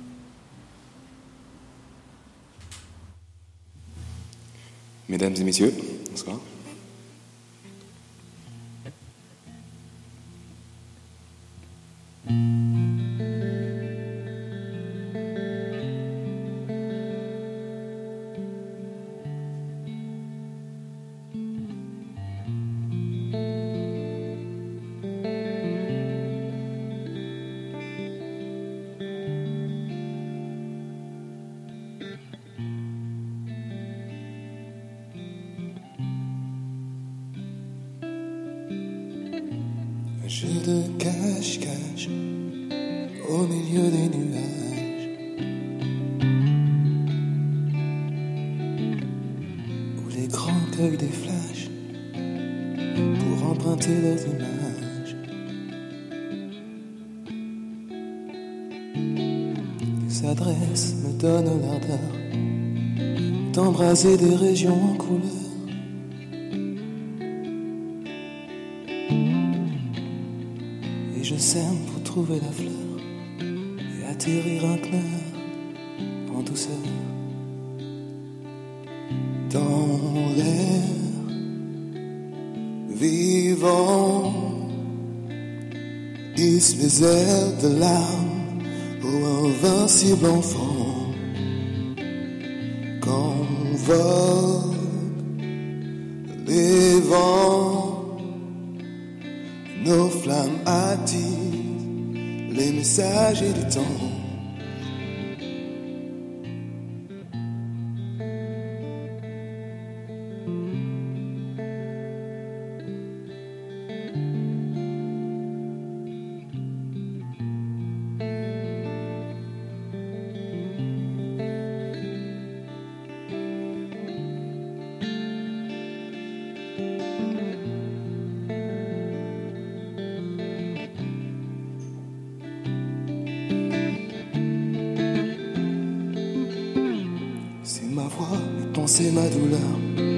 Mesdames et messieurs, bonsoir. Jeu de cache-cache au milieu des nuages, où les grands cueillent des flashs pour emprunter leurs images. Les adresses me donnent l'ardeur d'embraser des régions en couleur. Et je sème pour trouver la fleur et atterrir un clair en douceur. Dans l'air vivant, hisse les ailes de l'âme ô invincible enfant. Qu'envolent les vents, nos flammes attisent les messagers du temps. C'est ma douleur,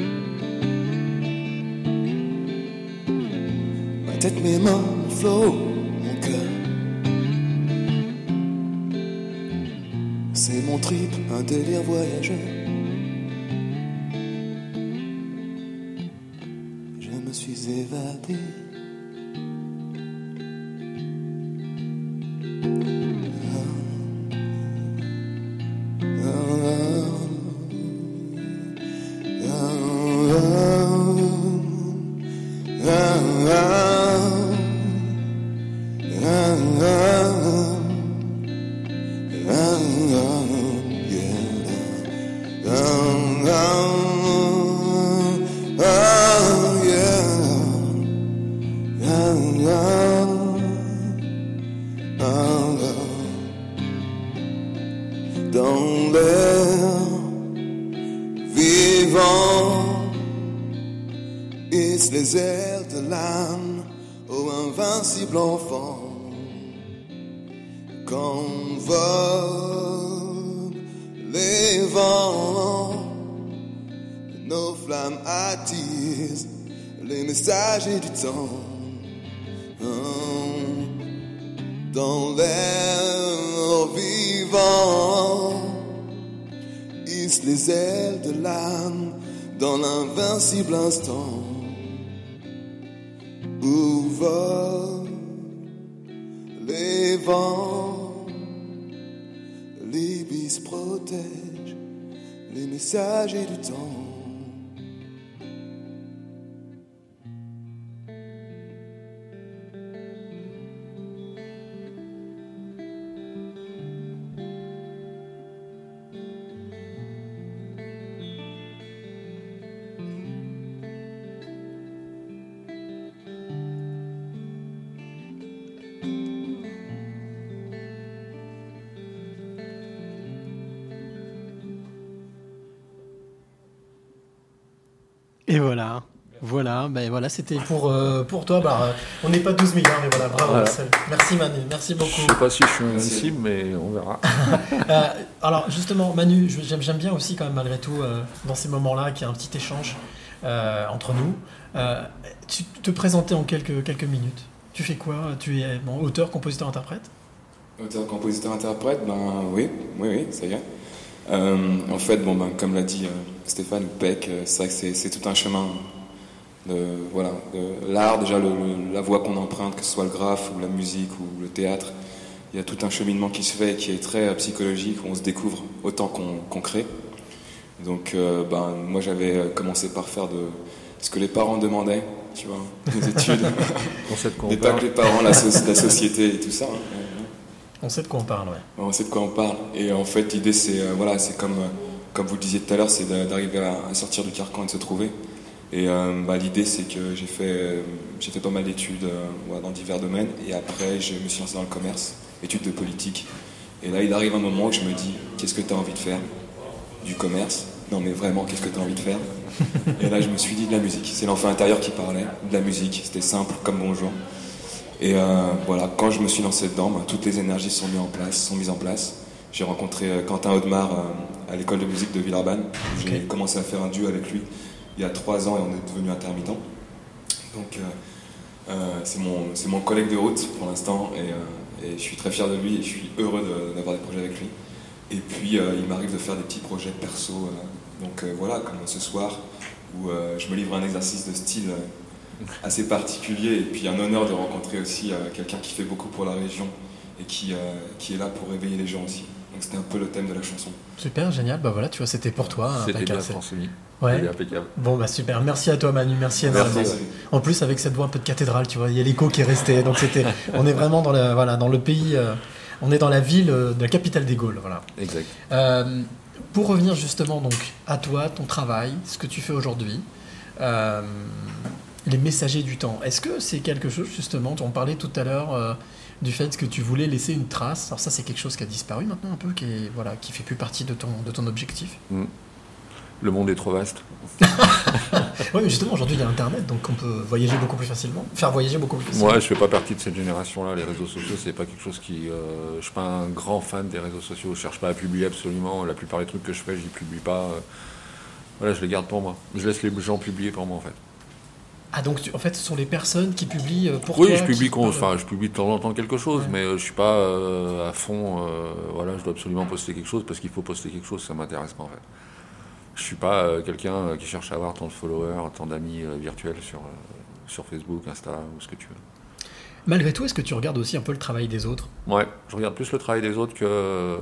ma tête, mes mains, mon flow, mon cœur. C'est mon trip, un délire voyageur. Je me suis évadé. Dans l'air vivant, hisse les airs de l'âme ô invincible enfant. Qu'envolent les vents, nos flammes attisent les messagers du temps. Dans l'air vivant, hisse les ailes de l'âme dans l'invincible instant où volent les vents. L'ibis protège les messagers du temps. Et voilà, voilà, ben voilà, c'était pour, euh, pour toi. Bah, on n'est pas douze millions, mais voilà, bravo voilà. Marcel. Merci Manu, merci beaucoup. Je ne sais pas si je suis invincible, mais on verra. euh, alors justement, Manu, j'aime, j'aime bien aussi quand même malgré tout, euh, dans ces moments-là, qu'il y a un petit échange euh, entre nous. Euh, tu te présenter en quelques, quelques minutes. Tu fais quoi? Tu es bon, auteur, compositeur, interprète? Auteur, compositeur, interprète, ben oui, oui, oui, ça y est. Euh, en fait, bon, ben, comme l'a dit euh, Stéphane Peck, euh, c'est vrai que c'est, c'est tout un chemin de, voilà, de l'art, déjà le, le, la voix qu'on emprunte, que ce soit le graphe ou la musique ou le théâtre. Il y a tout un cheminement qui se fait qui est très euh, psychologique, où on se découvre autant qu'on, qu'on crée. Donc, euh, ben, moi j'avais commencé par faire de ce que les parents demandaient, tu vois, des études. On sait de quoi on mais parle. pas que les parents, la, so- la société et tout ça. Hein. On sait de quoi on parle, ouais. On sait de quoi on parle. Et en fait, l'idée, c'est, euh, voilà, c'est comme, euh, comme vous le disiez tout à l'heure, c'est d'arriver à, à sortir du carcan et de se trouver. Et euh, bah, l'idée, c'est que j'ai fait, euh, j'ai fait pas mal d'études euh, ouais, dans divers domaines. Et après, je me suis lancé dans le commerce, études de politique. Et là, il arrive un moment où je me dis, qu'est-ce que tu as envie de faire? Du commerce? Non, mais vraiment, qu'est-ce que tu as envie de faire? Et là, je me suis dit, de la musique. C'est l'enfant intérieur qui parlait, de la musique. C'était simple comme bonjour. Et euh, voilà, quand je me suis lancé dedans, bah, toutes les énergies sont mises en place. Sont mises en place. J'ai rencontré euh, Quentin Audemars euh, à l'école de musique de Villeurbanne. J'ai okay. commencé à faire un duo avec lui il y a trois ans et on est devenu intermittent. Donc, euh, euh, c'est, mon, c'est mon collègue de route pour l'instant et, euh, et je suis très fier de lui et je suis heureux de, d'avoir des projets avec lui. Et puis, euh, il m'arrive de faire des petits projets perso. Euh, donc euh, voilà, comme ce soir, où euh, je me livre à un exercice de style euh, assez particulier et puis un honneur de rencontrer aussi euh, quelqu'un qui fait beaucoup pour la région et qui, euh, qui est là pour réveiller les gens aussi. Donc c'était un peu le thème de la chanson. Super, génial. Bah voilà, tu vois, c'était pour toi. C'était bien transmis. Ouais. C'était impeccable. Bon bah super. Merci à toi Manu. Merci énormément. Merci. En plus avec cette voix un peu de cathédrale, tu vois, il y a l'écho qui est resté. Donc c'était, on est vraiment dans le, voilà, dans le pays. Euh, on est dans la ville euh, de la capitale des Gaules, voilà. Exact. Euh, pour revenir justement donc à toi, ton travail, ce que tu fais aujourd'hui. Euh, les messagers du temps. Est-ce que c'est quelque chose justement, on parlait tout à l'heure euh, du fait que tu voulais laisser une trace. Alors ça c'est quelque chose qui a disparu maintenant un peu, qui est, voilà, qui fait plus partie de ton, de ton objectif. Mmh. Le monde est trop vaste. Oui, mais justement aujourd'hui il y a Internet, donc on peut voyager beaucoup plus facilement, faire voyager beaucoup plus facilement. Moi je fais pas partie de cette génération-là. Les réseaux sociaux c'est pas quelque chose qui. Euh, je suis pas un grand fan des réseaux sociaux. Je cherche pas à publier absolument. La plupart des trucs que je fais, j'y publie pas. Voilà, je les garde pour moi. Je laisse les gens publier pour moi en fait. Ah donc tu, en fait ce sont les personnes qui publient pour oui, toi. Oui, je publie, con, enfin, je publie de temps en temps quelque chose, ouais. mais euh, je suis pas euh, à fond. Euh, voilà, je dois absolument poster quelque chose parce qu'il faut poster quelque chose. Ça m'intéresse pas en fait. Je suis pas euh, quelqu'un qui cherche à avoir tant de followers, tant d'amis euh, virtuels sur euh, sur Facebook, Insta ou ce que tu veux. Malgré tout, est-ce que tu regardes aussi un peu le travail des autres? Ouais, je regarde plus le travail des autres que. Euh,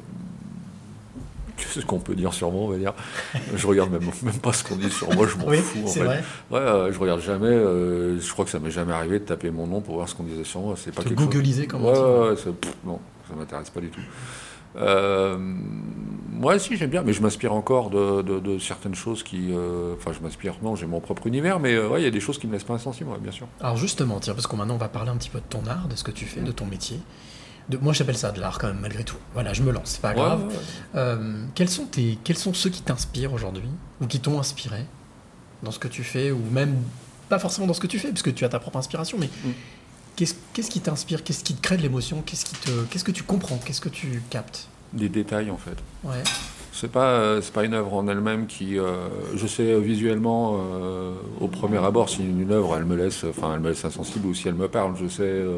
que ce qu'on peut dire sur moi, on va dire. Je regarde même, même pas ce qu'on dit sur moi, je m'en oui, fous. En c'est fait. vrai. Ouais, euh, je regarde jamais. Euh, je crois que ça m'est jamais arrivé de taper mon nom pour voir ce qu'on disait sur moi. C'est pas te quelque googliser chose. comme ouais, on dit. Ouais, ça, pff, non, ça m'intéresse pas du tout. Euh, moi, si, j'aime bien, mais je m'inspire encore de, de, de certaines choses qui. Enfin, euh, je m'inspire, non, j'ai mon propre univers, mais euh, ouais, il y a des choses qui me laissent pas insensible, ouais, bien sûr. Alors, justement, tiens, parce qu'on maintenant on va parler un petit peu de ton art, de ce que tu fais, de ton métier. De, moi, j'appelle ça de l'art quand même, malgré tout. Voilà, je me lance, c'est pas grave. Ouais, ouais, ouais. Euh, quels sont tes, quels sont ceux qui t'inspirent aujourd'hui, ou qui t'ont inspiré dans ce que tu fais, ou même pas forcément dans ce que tu fais, parce que tu as ta propre inspiration, mais mm. qu'est-ce, qu'est-ce qui t'inspire, qu'est-ce qui te crée de l'émotion, qu'est-ce qui te, qu'est-ce que tu comprends, qu'est-ce que tu captes? Des détails, en fait. Ouais. C'est pas, c'est pas une œuvre en elle-même qui, euh, je sais visuellement, euh, au premier abord, si une œuvre, elle me laisse, enfin, elle me laisse insensible, ou si elle me parle, je sais. Euh,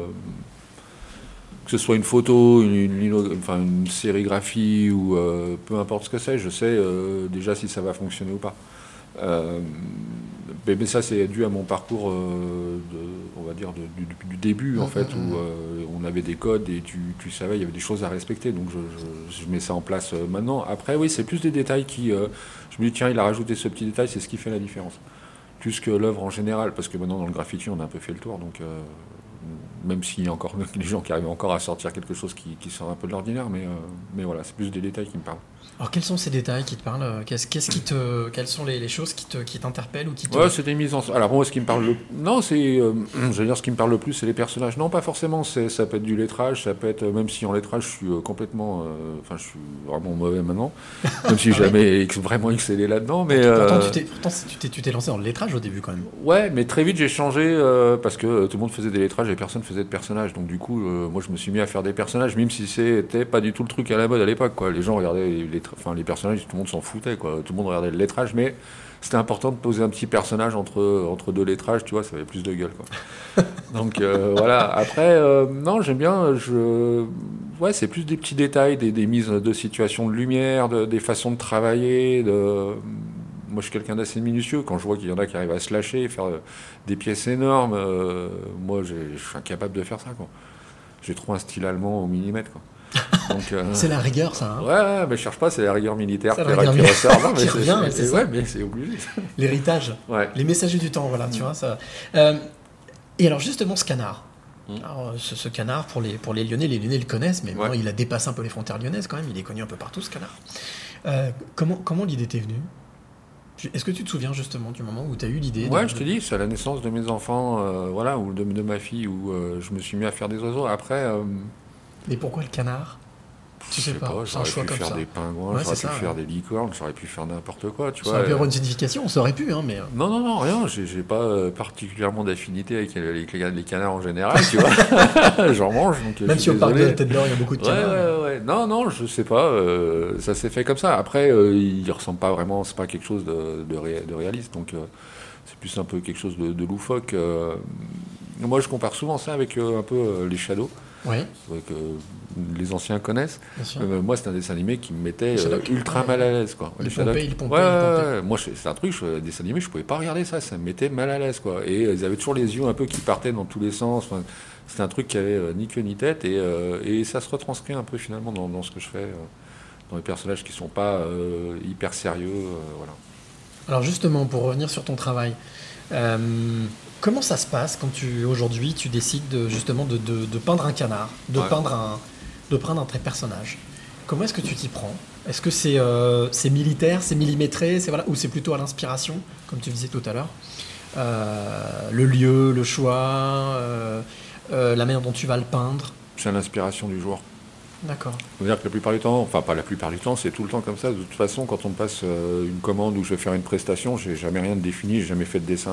que ce soit une photo, une, une, une, enfin, une sérigraphie ou euh, peu importe ce que c'est, je sais euh, déjà si ça va fonctionner ou pas. Euh, mais, mais ça, c'est dû à mon parcours, euh, de, on va dire, de, du, du début, en mmh, fait, mmh. où euh, on avait des codes et tu, tu savais, il y avait des choses à respecter. Donc, je, je, je mets ça en place euh, maintenant. Après, oui, c'est plus des détails qui... Euh, je me dis, tiens, il a rajouté ce petit détail, c'est ce qui fait la différence. Plus que l'œuvre en général, parce que maintenant, dans le graffiti, on a un peu fait le tour, donc... Euh, même s'il y a encore des gens qui arrivent encore à sortir quelque chose qui, qui sort un peu de l'ordinaire, mais, euh, mais voilà, c'est plus des détails qui me parlent. Alors quels sont ces détails qui te parlent? Qu'est-ce, qu'est-ce qui te, quelles sont les, les choses qui, te, qui t'interpellent ou qui te... Ouais, c'est des mises en... Alors moi, ce qui me parle le... Non, c'est... Euh, je veux dire, ce qui me parle le plus, c'est les personnages. Non, pas forcément. C'est, ça peut être du lettrage, ça peut être... Même si en lettrage, je suis complètement... Enfin, euh, je suis vraiment mauvais maintenant. Même si j'ai jamais ex- vraiment excellé là-dedans, mais... Pourtant, euh... tu, t'es, pourtant tu, t'es, tu t'es lancé dans le lettrage au début, quand même. Ouais, mais très vite, j'ai changé euh, parce que tout le monde faisait des lettrages et personne faisait de personnages. Donc du coup, euh, moi, je me suis mis à faire des personnages, même si c'était pas du tout le truc à la mode à l'époque, quoi. Les gens regardaient les, les, enfin, les personnages, tout le monde s'en foutait, quoi. Tout le monde regardait le lettrage, mais c'était important de poser un petit personnage entre, entre deux lettrages, tu vois, ça avait plus de gueule, quoi. Donc euh, voilà. Après, euh, non, j'aime bien. Je... Ouais, c'est plus des petits détails, des, des mises de situation de lumière, de, des façons de travailler. De... Moi, je suis quelqu'un d'assez minutieux. Quand je vois qu'il y en a qui arrivent à se lâcher, faire des pièces énormes, euh, moi, j'ai, je suis incapable de faire ça, quoi. J'ai trop un style allemand au millimètre, quoi. Donc, euh... c'est la rigueur, ça. Hein, ouais, mais je cherche pas, c'est la rigueur militaire c'est qui, rigueur qui ressort. Non, mais qui c'est, revient, c'est, c'est, c'est ouais, mais c'est obligé. L'héritage, ouais. Les messagers du temps, voilà, tu vois ça. Euh, et alors justement, ce canard. Mmh. Alors, ce, ce canard, pour les, pour les Lyonnais, les Lyonnais le connaissent, mais ouais. Bon, il a dépassé un peu les frontières lyonnaises quand même. Il est connu un peu partout, ce canard. Euh, comment, comment l'idée t'est venue? Est-ce que tu te souviens justement du moment où tu as eu l'idée Ouais, de... je te dis, c'est à la naissance de mes enfants, euh, voilà, ou de, de ma fille, où euh, je me suis mis à faire des oiseaux. Après, euh, Mais pourquoi le canard? Tu sais pas, c'est un j'aurais choix pu comme faire ça. des pingouins, Ouais, j'aurais c'est pu ça, faire ouais. des licornes, j'aurais pu faire n'importe quoi, tu Ça vois. aurait pu avoir euh. une signification, on saurait pu, hein, mais... Non, non, non, rien, j'ai, j'ai pas euh, particulièrement d'affinité avec les, les- les canards en général, tu vois. J'en mange, donc euh, Même je si suis au parc de désolé. la Tête d'Or, il y a beaucoup de Ouais, canards. ouais, ouais. Non, non, je sais pas. euh, ça s'est fait comme ça. Après, euh, il ressemble pas vraiment. C'est pas quelque chose de, de, ré- de réaliste. Donc, euh, c'est plus un peu quelque chose de, de loufoque. euh. Moi, je compare souvent ça avec euh, un peu euh, les Shadows, Oui, que les anciens connaissent. bien sûr. Euh, moi, c'est un dessin animé qui me mettait Les euh, Shadocks. ultra Ouais. mal à l'aise, quoi. Il Les pompait, Shadocks. il pompait, Ouais, il ouais, pompait. ouais. Moi, je- c'est un truc, je, dessin animé, je pouvais pas regarder ça. Ça me mettait mal à l'aise, quoi. Et euh, ils avaient toujours les yeux un peu qui partaient dans tous les sens. Enfin, c'était un truc qui avait euh, ni queue ni tête. Et, euh, et ça se retranscrit un peu finalement dans, dans ce que je fais, euh, dans les personnages qui sont pas euh, hyper sérieux. euh, voilà. Alors justement, pour revenir sur ton travail, euh, comment ça se passe quand tu aujourd'hui tu décides de, justement de, de- de peindre un canard, de Ouais. peindre un, de peindre un trait personnage? Comment est-ce que tu t'y prends? Est-ce que c'est euh, c'est militaire, c'est millimétré, c'est voilà, ou c'est plutôt à l'inspiration, comme tu disais tout à l'heure? Euh, le lieu, le choix, euh, euh, la manière dont tu vas le peindre. C'est l'inspiration du joueur. D'accord. C'est-à-dire que la plupart du temps, enfin pas la plupart du temps, c'est tout le temps comme ça. De toute façon, quand on me passe euh, une commande ou je vais faire une prestation, j'ai jamais rien de défini, j'ai jamais fait de dessin.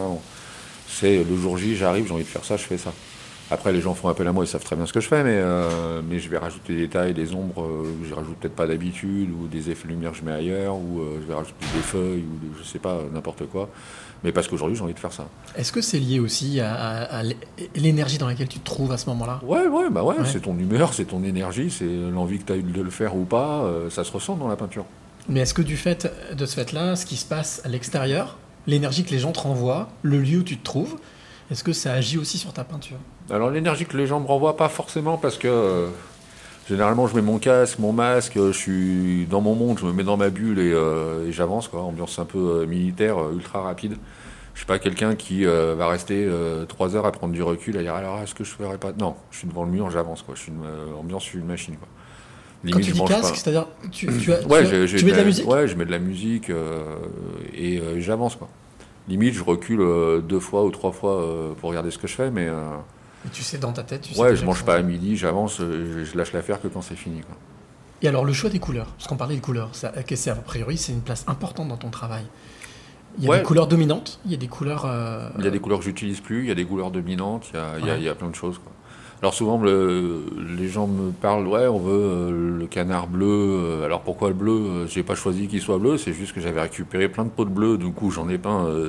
C'est le jour J, j'arrive, j'ai envie de faire ça, je fais ça. Après, les gens font appel à moi, ils savent très bien ce que je fais, mais, euh, mais je vais rajouter des détails, des ombres, euh, que je rajoute peut-être pas d'habitude, ou des effets de lumière que je mets ailleurs, ou euh, je vais rajouter des feuilles, ou des- je sais pas, n'importe quoi. Mais parce qu'aujourd'hui, j'ai envie de faire ça. Est-ce que c'est lié aussi à, à- à l'énergie dans laquelle tu te trouves à ce moment-là? Ouais, ouais, bah ouais, Ouais. c'est ton humeur, c'est ton énergie, c'est l'envie que tu as eu de le faire ou pas, euh, ça se ressent dans la peinture. Mais est-ce que du fait de ce fait-là, ce qui se passe à l'extérieur, l'énergie que les gens te renvoient, le lieu où tu te trouves, est-ce que ça agit aussi sur ta peinture? Alors l'énergie que les gens me renvoient, pas forcément, parce que euh, généralement je mets mon casque, mon masque, euh, je suis dans mon monde, je me mets dans ma bulle et, euh, et j'avance, quoi. Ambiance un peu euh, militaire, euh, ultra rapide. Je suis pas quelqu'un qui euh, va rester euh, trois heures à prendre du recul, à dire alors est-ce que je ferais pas. Non, je suis devant le mur, j'avance, quoi. Je suis une euh, ambiance, je suis une machine, quoi. Quand Limite, tu je dis mange casque, pas. c'est-à-dire tu, tu, as, Ouais, tu, as- j'ai- j'ai tu mets de la musique? Ouais, je mets de la musique euh, et euh, j'avance, quoi. Limite, je recule euh, deux fois ou trois fois euh, pour regarder ce que je fais, mais euh, Et tu sais dans ta tête, tu sais ouais, déjà je que mange ça- pas à midi, j'avance, euh, je, je lâche l'affaire que quand c'est fini, quoi. Et alors le choix des couleurs, parce qu'on parlait de couleurs, ça, que c'est, a priori c'est une place importante dans ton travail. Il y a Ouais. des couleurs dominantes, il y a des couleurs... euh, Il y a des couleurs que j'utilise plus, il y a des couleurs dominantes, il y a, il y a- Ouais. il y a plein de choses, quoi. Alors souvent, le- les gens me parlent, ouais, on veut euh, le canard bleu. euh, Alors pourquoi le bleu? Euh, J'ai pas choisi qu'il soit bleu, c'est juste que j'avais récupéré plein de pots de bleu, du coup j'en ai peint, euh,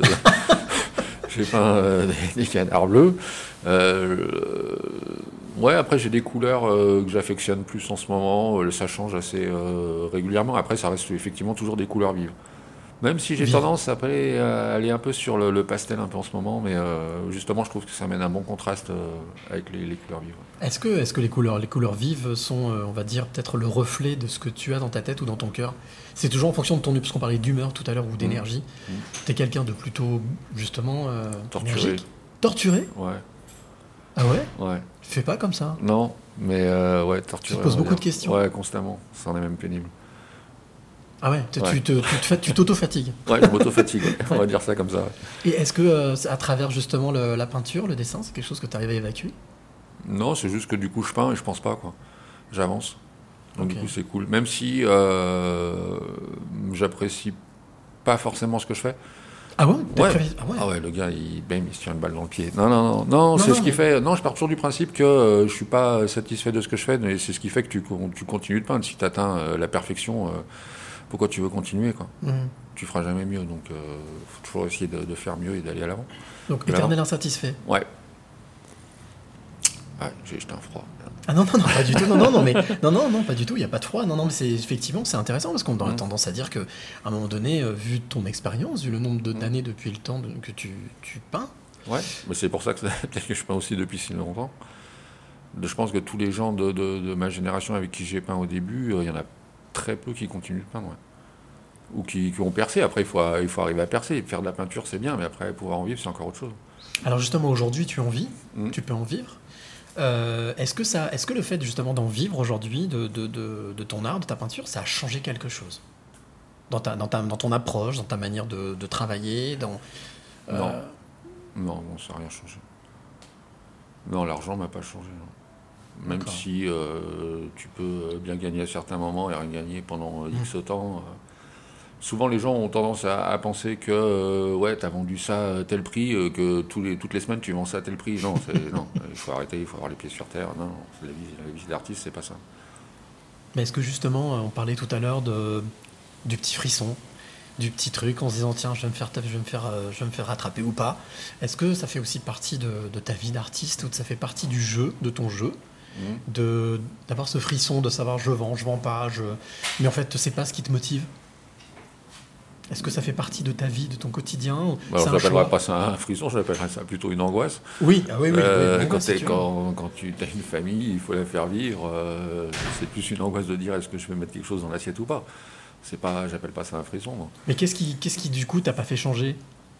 j'ai peint euh, des, des canards bleus. Euh, ouais, après j'ai des couleurs euh, que j'affectionne plus en ce moment, euh, ça change assez euh, régulièrement. Après, ça reste effectivement toujours des couleurs vives. Même si j'ai Vive. tendance à aller, à aller un peu sur le, le pastel un peu en ce moment, mais euh, justement je trouve que ça amène un bon contraste euh, avec les, les couleurs vives. Est-ce que, est-ce que les couleurs, les couleurs vives sont, euh, on va dire, peut-être le reflet de ce que tu as dans ta tête ou dans ton cœur? C'est toujours en fonction de ton... Parce qu'on parlait d'humeur tout à l'heure ou d'énergie. Mmh. T'es quelqu'un de plutôt, justement, euh, Torturé. énergique. Torturé? Ouais, Ah ouais? ouais. Fais pas comme ça. Non, mais euh, ouais, torturé. Tu te poses on va beaucoup dire. de questions. Ouais, constamment. C'en est même pénible. Ah ouais, tu, Ouais. tu te, tu te fat- tu t'auto-fatigues. Ouais, je m'auto-fatigue, ouais. On va dire ça comme ça. ouais. Et est-ce que, euh, c'est à travers justement le- la peinture, le dessin, c'est quelque chose que tu arrives à évacuer? Non, c'est juste que du coup je peins et je pense pas, quoi. J'avance. Donc Ok. du coup c'est cool. Même si euh, j'apprécie pas forcément ce que je fais. Ah ouais, T'as Ouais. prévu- Ah ouais. Ah ouais, le gars, il, bam, il se tient une balle dans le pied. Non, non, non, non, Non, c'est non, ce qui mais- fait. Non, je pars toujours du principe que euh, je suis pas satisfait de ce que je fais, mais c'est ce qui fait que tu, con- tu continues de peindre. Si tu atteins la perfection, euh, pourquoi tu veux continuer, quoi? Mhm. Tu feras jamais mieux, donc euh, faut toujours essayer de, de faire mieux et d'aller à l'avant. Donc Là, éternel insatisfait. Ouais. Ouais, j'ai jeté un froid. Ah non, non, non, pas du tout. Non, non, non, mais non, non, non, pas du tout. Il n'y a pas de froid. Non, non, mais c'est effectivement, c'est intéressant parce qu'on a Mm. tendance à dire que, à un moment donné, euh, vu ton expérience, vu le nombre de- Mm. d'années depuis le temps de- que tu, tu peins, Ouais, mais c'est pour ça que peut-être que je peins aussi depuis si longtemps. Je pense que tous les gens de, de- de ma génération avec qui j'ai peint au début, euh, il y en a très peu qui continuent de peindre. Ouais. Ou qui, qui ont percé. Après, il faut, il faut arriver à percer. Faire de la peinture, c'est bien, mais après, pouvoir en vivre, c'est encore autre chose. alors justement aujourd'hui, tu en vis, Mm. tu peux en vivre. Euh, est-ce que ça, est-ce que le fait justement d'en vivre aujourd'hui, de, de, de, de ton art, de ta peinture, ça a changé quelque chose? dans, ta, dans, ta, dans ton approche, dans ta manière de, de travailler dans, euh... Non. Non, non, ça n'a rien changé. Non, l'argent m'a pas changé. Non. Même D'accord. si euh, tu peux bien gagner à certains moments et rien gagner pendant X mmh. temps. Euh, souvent, les gens ont tendance à, à penser que euh, ouais, tu as vendu ça à tel prix, euh, que tous les, toutes les semaines tu vends ça à tel prix. Non, non, il faut arrêter, il faut avoir les pieds sur terre. Non, la vie, la vie d'artiste, c'est pas ça. Mais est-ce que justement, on parlait tout à l'heure de, du petit frisson, du petit truc en se disant tiens, je vais me faire, je vais me faire, euh, je vais me faire rattraper ou pas. Est-ce que ça fait aussi partie de, de ta vie d'artiste ou ça fait partie du jeu, de ton jeu, mmh. de d'avoir ce frisson de savoir je vends, je vends pas, je... mais en fait, c'est pas ce qui te motive. Est-ce que ça fait partie de ta vie, de ton quotidien? bah, Alors, je n'appellerais pas ça un frisson, je l'appellerais ça plutôt une angoisse. Oui, ah oui, oui. Euh, oui quand, si quand, quand tu as une famille, il faut la faire vivre. Euh, c'est plus une angoisse de dire est-ce que je vais mettre quelque chose dans l'assiette ou pas. C'est pas, j'appelle pas ça un frisson. Moi. Mais qu'est-ce qui, qu'est-ce qui, du coup, t'a pas fait changer?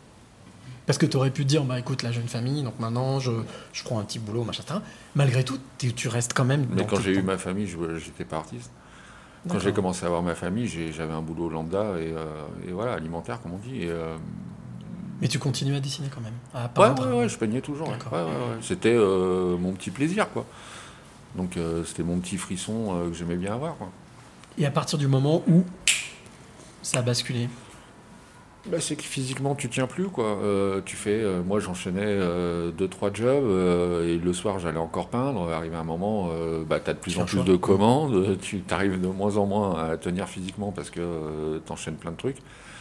Parce que tu aurais pu te dire, bah écoute, là j'ai une famille, donc maintenant je, je prends un petit boulot, machin. Malgré tout, tu restes quand même. Mais quand j'ai eu ma famille, je j'étais pas artiste. Quand j'ai commencé à avoir ma famille, j'ai, j'avais un boulot lambda et, euh, et voilà, alimentaire, comme on dit. Et, euh... Mais tu continues à dessiner quand même, à peindre. Ouais, ouais, ouais, je peignais toujours. Ouais. Ouais, ouais, ouais. C'était euh, mon petit plaisir, quoi. Donc euh, c'était mon petit frisson euh, que j'aimais bien avoir, quoi. Et à partir du moment où ça a basculé? Bah, c'est que physiquement tu tiens plus, quoi. Euh, tu fais, euh, moi j'enchaînais euh, deux trois jobs euh, et le soir j'allais encore peindre. Arrivé un moment, euh, bah t'as de plus en plus de commandes, tu t'arrives de moins en moins à tenir physiquement parce que euh, t'enchaînes plein de trucs.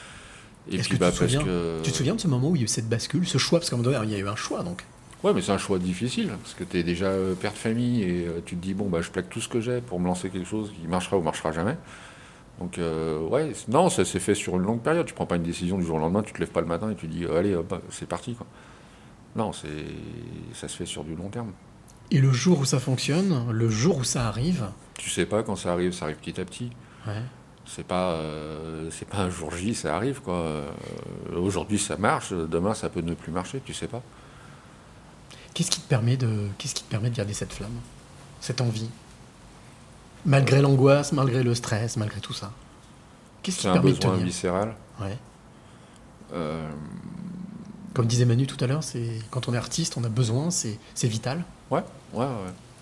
Et Est-ce puis que bah tu, te parce souviens, que tu te souviens de ce moment où il y a eu cette bascule, ce choix, parce qu'à un moment donné il y a eu un choix donc. Ouais, mais c'est un choix difficile parce que t'es déjà euh, père de famille et euh, tu te dis bon bah je plaque tout ce que j'ai pour me lancer quelque chose qui marchera ou marchera jamais. Donc, euh, ouais, non, ça s'est fait sur une longue période. Tu prends pas une décision du jour au lendemain, tu te lèves pas le matin et tu dis, allez, hop, c'est parti, quoi. Non, c'est, ça se fait sur du long terme. Et le jour où ça fonctionne, le jour où ça arrive? Tu sais pas quand ça arrive, ça arrive petit à petit. Ouais. C'est pas, euh, c'est pas un jour J, ça arrive, quoi. Euh, aujourd'hui, ça marche, demain, ça peut ne plus marcher, tu sais pas. Qu'est-ce qui te permet de, qu'est-ce qui te permet de garder cette flamme, cette envie? Malgré l'angoisse, malgré le stress, malgré tout ça. Qu'est-ce qui te permet de tenir? C'est un besoin viscéral. Ouais. Euh... Comme disait Manu tout à l'heure, c'est quand on est artiste, on a besoin, c'est, c'est vital. Ouais, ouais, ouais.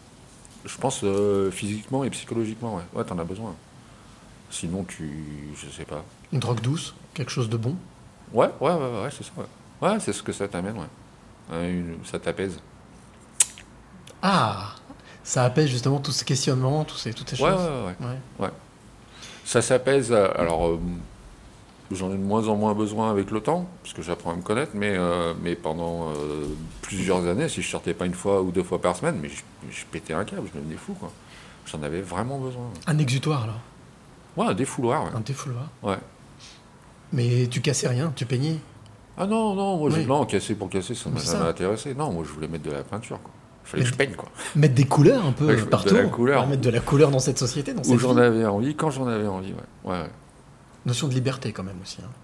Je pense euh, physiquement et psychologiquement, ouais. Ouais, t'en as besoin. Sinon, tu... je sais pas. Une drogue douce? Quelque chose de bon? Ouais, ouais, ouais, ouais, c'est ça, ouais. Ouais, c'est ce que ça t'amène, ouais. ouais une... Ça t'apaise. Ah! Ça apaise justement tous ces questionnements, tous ces, toutes ces ouais, choses. Ouais, ouais, ouais. ouais. Ça s'apaise. Alors, euh, j'en ai de moins en moins besoin avec le temps, parce que j'apprends à me connaître, mais, euh, mais pendant euh, plusieurs années, si je sortais pas une fois ou deux fois par semaine, mais je, je pétais un câble, je devenais fou, quoi. J'en avais vraiment besoin. Un exutoire, alors? Ouais, un défouloir. Ouais. Un défouloir? Ouais. Mais tu cassais rien, tu peignais? Ah non, non, moi, oui. je, non, casser pour casser, ça, ça m'a intéressé. Non, moi, je voulais mettre de la peinture, quoi. Il fallait que je peigne, quoi. Mettre des couleurs un peu ouais, partout. De la couleur. Mettre de la couleur dans cette société, dans cette Où j'en vie. avais envie, quand j'en avais envie, ouais. ouais, ouais. Notion de liberté, quand même, aussi. Hein.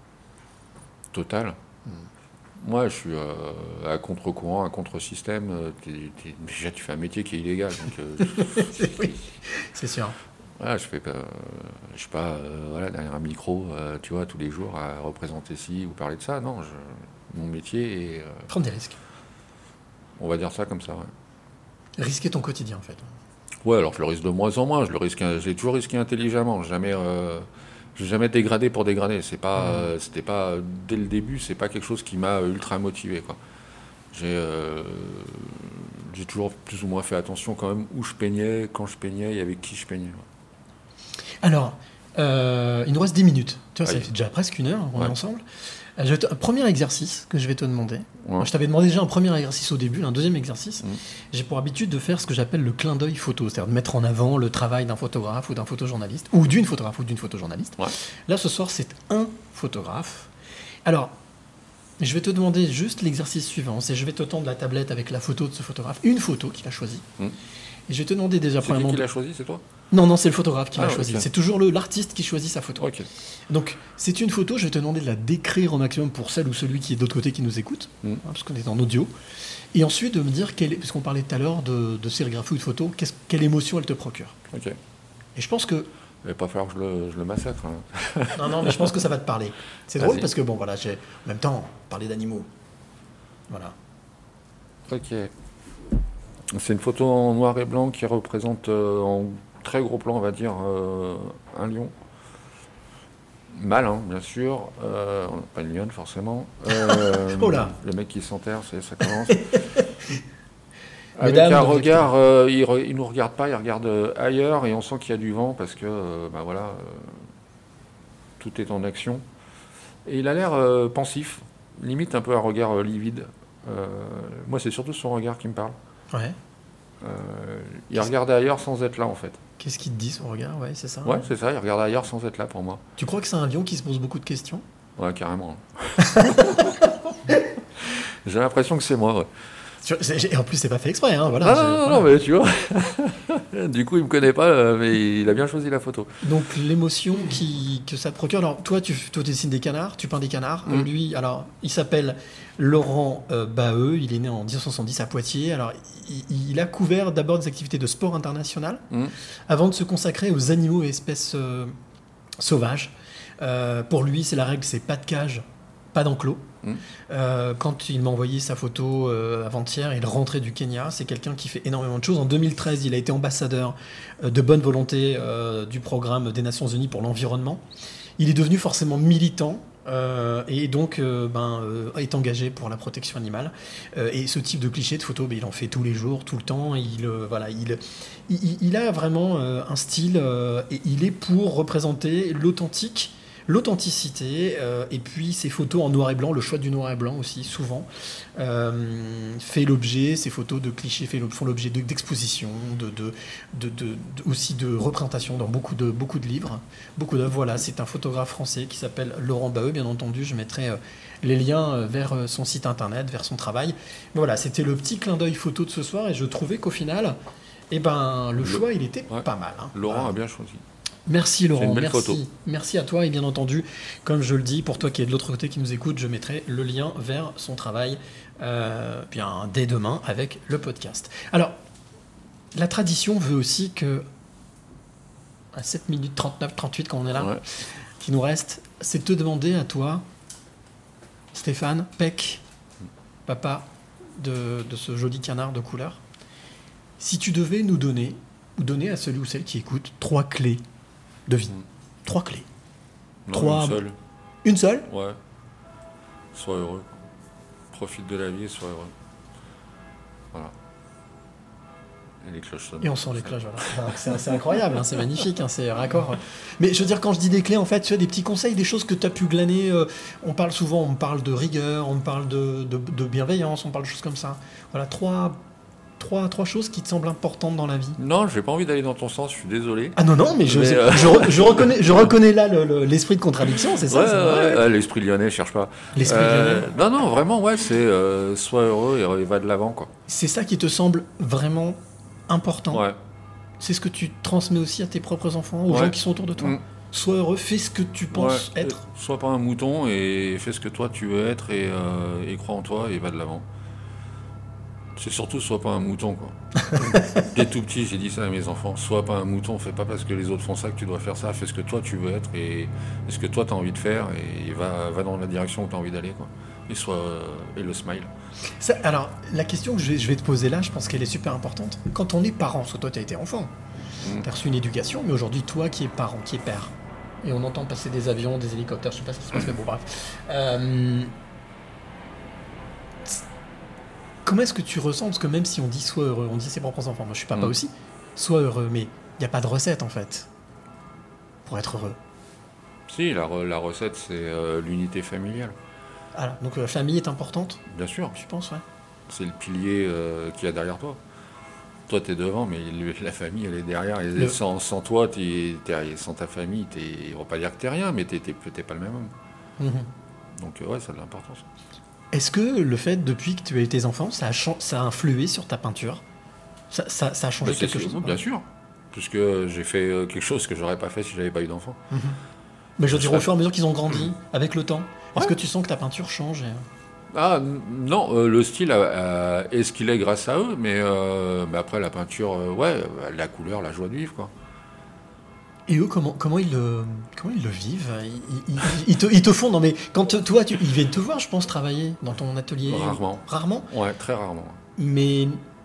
Total. Hmm. Moi, je suis euh, à contre-courant, à contre-système. Euh, t'es, t'es, déjà, tu fais un métier qui est illégal. Donc, euh, oui, c'est sûr. Voilà, je fais pas, euh, je suis pas euh, voilà, derrière un micro, euh, tu vois, tous les jours à représenter ci ou parler de ça. Non, je, mon métier est... Euh, prendre des risques. On va dire ça comme ça, ouais. Risquer ton quotidien, en fait. Ouais, alors je le risque de moins en moins. Je le risque, je l'ai toujours risqué intelligemment. Jamais, euh, j'ai jamais dégradé pour dégrader. C'est pas, mmh. euh, c'était pas dès le début. C'est pas quelque chose qui m'a ultra motivé, quoi. J'ai, euh, j'ai toujours plus ou moins fait attention quand même où je peignais, quand je peignais et avec qui je peignais. Ouais. Alors, euh, il nous reste dix minutes. Tu vois, Aïe. Ça fait déjà presque une heure. On ouais. est ensemble. Je te... Un premier exercice que je vais te demander. Ouais. Je t'avais demandé déjà un premier exercice au début, un deuxième exercice. Mmh. J'ai pour habitude de faire ce que j'appelle le clin d'œil photo, c'est-à-dire de mettre en avant le travail d'un photographe ou d'un photojournaliste, ou d'une photographe ou d'une photojournaliste. Ouais. Là, ce soir, c'est un photographe. Alors, je vais te demander juste l'exercice suivant, c'est je vais te tendre la tablette avec la photo de ce photographe, une photo qu'il a choisie. Mmh. Et je vais te demander déjà... C'est qui qui l'a choisi, c'est toi ? Non, non, c'est le photographe qui ah, l'a choisi. Okay. C'est toujours le, l'artiste qui choisit sa photo. Okay. Donc, c'est une photo, je vais te demander de la décrire au maximum pour celle ou celui qui est de l'autre côté qui nous écoute, mm. hein, parce qu'on est en audio. Et ensuite, de me dire, quelle est, parce qu'on parlait tout à l'heure de, de sérigraphie ou de photo, quelle émotion elle te procure. Okay. Et je pense que Il va pas falloir que je le, je le massacre. Hein. Non, non, mais je pense que ça va te parler. C'est drôle Vas-y. parce que, bon, voilà, j'ai en même temps parler d'animaux. Voilà. Ok. C'est une photo en noir et blanc qui représente euh, en très gros plan, on va dire, euh, un lion. Mâle, hein, bien sûr. Euh, pas une lionne, forcément. Euh, Oh là. Le mec qui s'enterre, c'est, ça commence. Mesdames, Avec un donc, regard, euh, il, re, il nous regarde pas, il regarde euh, ailleurs et on sent qu'il y a du vent parce que, euh, bah voilà, euh, tout est en action. Et il a l'air euh, pensif, limite un peu un regard euh, livide. Euh, moi, c'est surtout son regard qui me parle. Ouais. Euh, il regarde ailleurs sans être là, en fait. Qu'est-ce qu'il te dit, son regard? Ouais, c'est ça. Ouais, c'est ça, il regarde ailleurs sans être là pour moi. Tu crois que c'est un lion qui se pose beaucoup de questions? Ouais, carrément. J'ai l'impression que c'est moi, ouais. Et en plus, c'est pas fait exprès, hein, voilà. Ah je- non, non, voilà. non, mais tu vois. Du coup, il me connaît pas, euh, mais il a bien choisi la photo. Donc l'émotion qui, que ça te procure. Alors toi, tu toi, tu dessines des canards, tu peins des canards. Mm. Lui, alors il s'appelle Laurent euh, Baheux. Il est né en dix-neuf cent soixante-dix à Poitiers. Alors il, il a couvert d'abord des activités de sport international Mm. avant de se consacrer aux animaux et espèces euh, sauvages. Euh, pour lui, c'est la règle, c'est pas de cage, pas d'enclos. Mm. Euh, quand il m'a envoyé sa photo euh, avant-hier, il rentrait du Kenya. C'est quelqu'un qui fait énormément de choses. En deux mille treize, il a été ambassadeur euh, de bonne volonté euh, du programme des Nations Unies pour l'environnement. Il est devenu forcément militant euh, et donc euh, ben, euh, est engagé pour la protection animale. Euh, et ce type de cliché de photo, ben, il en fait tous les jours, tout le temps. Il, euh, voilà, il, il, il a vraiment euh, un style euh, et il est pour représenter l'authentique. L'authenticité, euh, et puis ces photos en noir et blanc, le choix du noir et blanc aussi, souvent, euh, fait l'objet, ces photos de clichés fait, font l'objet de, d'expositions, de, de, de, de, de- aussi de représentations dans beaucoup de, beaucoup de livres, beaucoup d'œuvres. Voilà, c'est un photographe français qui s'appelle Laurent Baheux, bien entendu, je mettrai euh, les liens euh, vers euh, son site internet, vers son travail. Mais voilà, c'était le petit clin d'œil photo de ce soir, et je trouvais qu'au final, eh ben, le Le- choix, il était Ouais. pas mal. Hein. Laurent Voilà. a bien choisi. Merci Laurent, C'est une belle merci. photo. Merci à toi et bien entendu, comme je le dis, pour toi qui es de l'autre côté qui nous écoute, je mettrai le lien vers son travail euh, bien dès demain avec le podcast. Alors, la tradition veut aussi que à sept minutes trente-neuf trente-huit quand on est là, Ouais. qui nous reste, c'est de te demander à toi, Stéphane Peck, papa de, de ce joli canard de couleur, si tu devais nous donner, ou donner à celui ou celle qui écoute, trois clés de vie. Mm. Trois clés. Non, Trois- une seule. Une seule? Ouais. Sois heureux. Profite de la vie et sois heureux. Voilà. Et les cloches sonnent. Et on sent les cloches, voilà. Enfin, C'est c'est incroyable, hein, c'est magnifique, hein, c'est raccord. Mais je veux dire, quand je dis des clés, en fait, tu as des petits conseils, des choses que tu as pu glaner. euh, on parle souvent, on parle de rigueur, on parle de, de- de bienveillance, on parle de choses comme ça. Voilà, trois, trois, trois choses qui te semblent importantes dans la vie. Non, j'ai pas envie d'aller dans ton sens, je suis désolé. Ah non, non, mais je, Mais, euh, je, re- je reconnais, je reconnais là le- le- l'esprit de contradiction, c'est ça Ouais, c'est ouais, vrai. ouais, l'esprit lyonnais, cherche pas. L'esprit Euh, lyonnais. Non, non, vraiment, ouais, c'est euh, sois heureux et, et va de l'avant, quoi. C'est ça qui te semble vraiment important. Ouais. C'est ce que tu transmets aussi à tes propres enfants, aux Ouais. gens qui sont autour de toi. Mm. Sois heureux, fais ce que tu penses Ouais. être. Sois pas un mouton et fais ce que toi tu veux être et, euh, et crois en toi et va de l'avant. C'est surtout sois pas un mouton, quoi. Dès tout petit, j'ai dit ça à mes enfants. Sois pas un mouton, fais pas parce que les autres font ça que tu dois faire ça. Fais ce que toi tu veux être et, et ce que toi tu as envie de faire et va, va dans la direction où tu as envie d'aller, quoi. Et sois euh, et le smile. Ça, alors, la question que je vais, je vais te poser là, je pense qu'elle est super importante. Quand on est parent, parce que toi tu as été enfant, Mm. tu as reçu une éducation, mais aujourd'hui, toi qui es parent, qui es père, et on entend passer des avions, des hélicoptères, je sais pas ce qui se passe, mais bon, bref. Euh, comment est-ce que tu ressens? Parce que même si on dit sois heureux, on dit à ses propres enfants, moi je suis papa Mm. aussi, sois heureux, mais il n'y a pas de recette en fait pour être heureux. Si, la, re- la recette, c'est euh, l'unité familiale. Voilà, donc la famille est importante, Bien sûr, je pense, ouais. c'est le pilier euh, qu'il y a derrière toi. Toi, tu es devant, mais le- la famille, elle est derrière. Et Le- sans, sans toi, t'es- t'es- sans ta famille, t'es- on va pas dire que tu rien, mais tu n'es pas le même homme. Mhm. Donc, euh, ouais, ça a de l'importance. Est-ce que le fait, depuis que tu as eu tes enfants, ça a, chan- ça a influé sur ta peinture? ça, ça, ça a changé Bah, c'est quelque sûr, chose? bien sûr. Puisque j'ai fait euh, quelque chose que j'aurais pas fait si j'avais pas eu d'enfant. Mhm. Mais je veux Je dire, au serais- fur et à mesure qu'ils ont grandi, avec le temps, est-ce Ouais. que tu sens que ta peinture change? et- Ah n- non, euh, le style a- a- est ce qu'il est grâce à eux, mais, euh, mais après la peinture, euh, ouais, euh, la couleur, la joie de vivre, quoi. Et eux, comment, comment, ils, le, comment ils le vivent ils, ils, ils, te, ils te font... Non mais quand toi, tu, ils viennent te voir, je pense, travailler dans ton atelier. Rarement. Rarement ? Ouais, très rarement. Mais...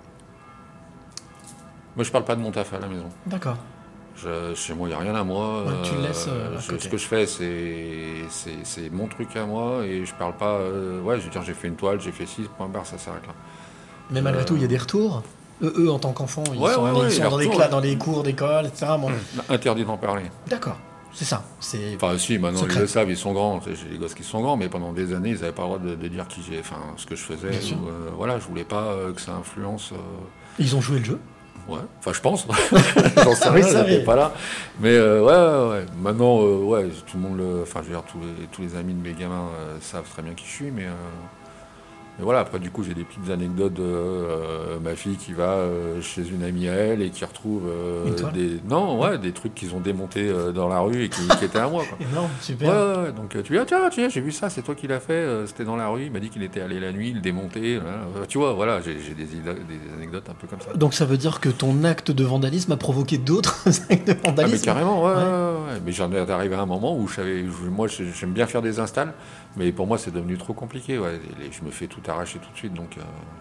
Moi, je parle pas de mon taf à la maison. D'accord. Je, chez moi, il n'y a rien à moi. Ouais, tu le laisses euh, à je, côté. Ce que je fais, c'est, c'est, c'est mon truc à moi et je parle pas... Euh, ouais, je veux dire, j'ai fait une toile, j'ai fait six, point barre, ça s'arrête là. Mais malgré euh... tout, il y a des retours. Eux, eux en tant qu'enfants, ils ouais, sont, ouais, ils ouais, sont dans, les retours, cla- ouais. dans les cours d'école, et cetera. Bon. Interdit d'en parler. D'accord, c'est ça. C'est... Enfin, si, maintenant secret. ils le savent, ils sont grands. J'ai des gosses qui sont grands, mais pendant des années, ils n'avaient pas le droit de, de dire qui j'ai, enfin, ce que je faisais. Ou, euh, voilà, je voulais pas euh, que ça influence. Euh... Ils ont joué le jeu. Ouais, enfin, je pense. J'en sais rien, j'étais pas là. Mais euh, ouais, ouais, ouais. Maintenant, euh, ouais, tout le monde le. Enfin, je veux dire, tous les, tous les amis de mes gamins euh, savent très bien qui je suis, mais. Euh... Mais voilà, après, du coup, j'ai des petites anecdotes de euh, ma fille qui va euh, chez une amie à elle et qui retrouve euh, des... Non, ouais, des trucs qu'ils ont démontés euh, dans la rue et qui, qui étaient à moi, quoi. Énorme, super. Ouais, ouais, donc tu dis, ah, tiens, tiens, j'ai vu ça, c'est toi qui l'as fait, euh, c'était dans la rue, il m'a dit qu'il était allé la nuit, il le démontait, euh, tu vois, voilà, j'ai, j'ai des, des anecdotes un peu comme ça. Donc ça veut dire que ton acte de vandalisme a provoqué d'autres actes de vandalisme. Ah, mais carrément, ouais, ouais. ouais, ouais. Mais j'en ai arrivé à un moment où je savais, je, moi, j'aime bien faire des installs, mais pour moi, c'est devenu trop compliqué, ouais. Et je me fais tout arracher tout de suite, donc... Euh...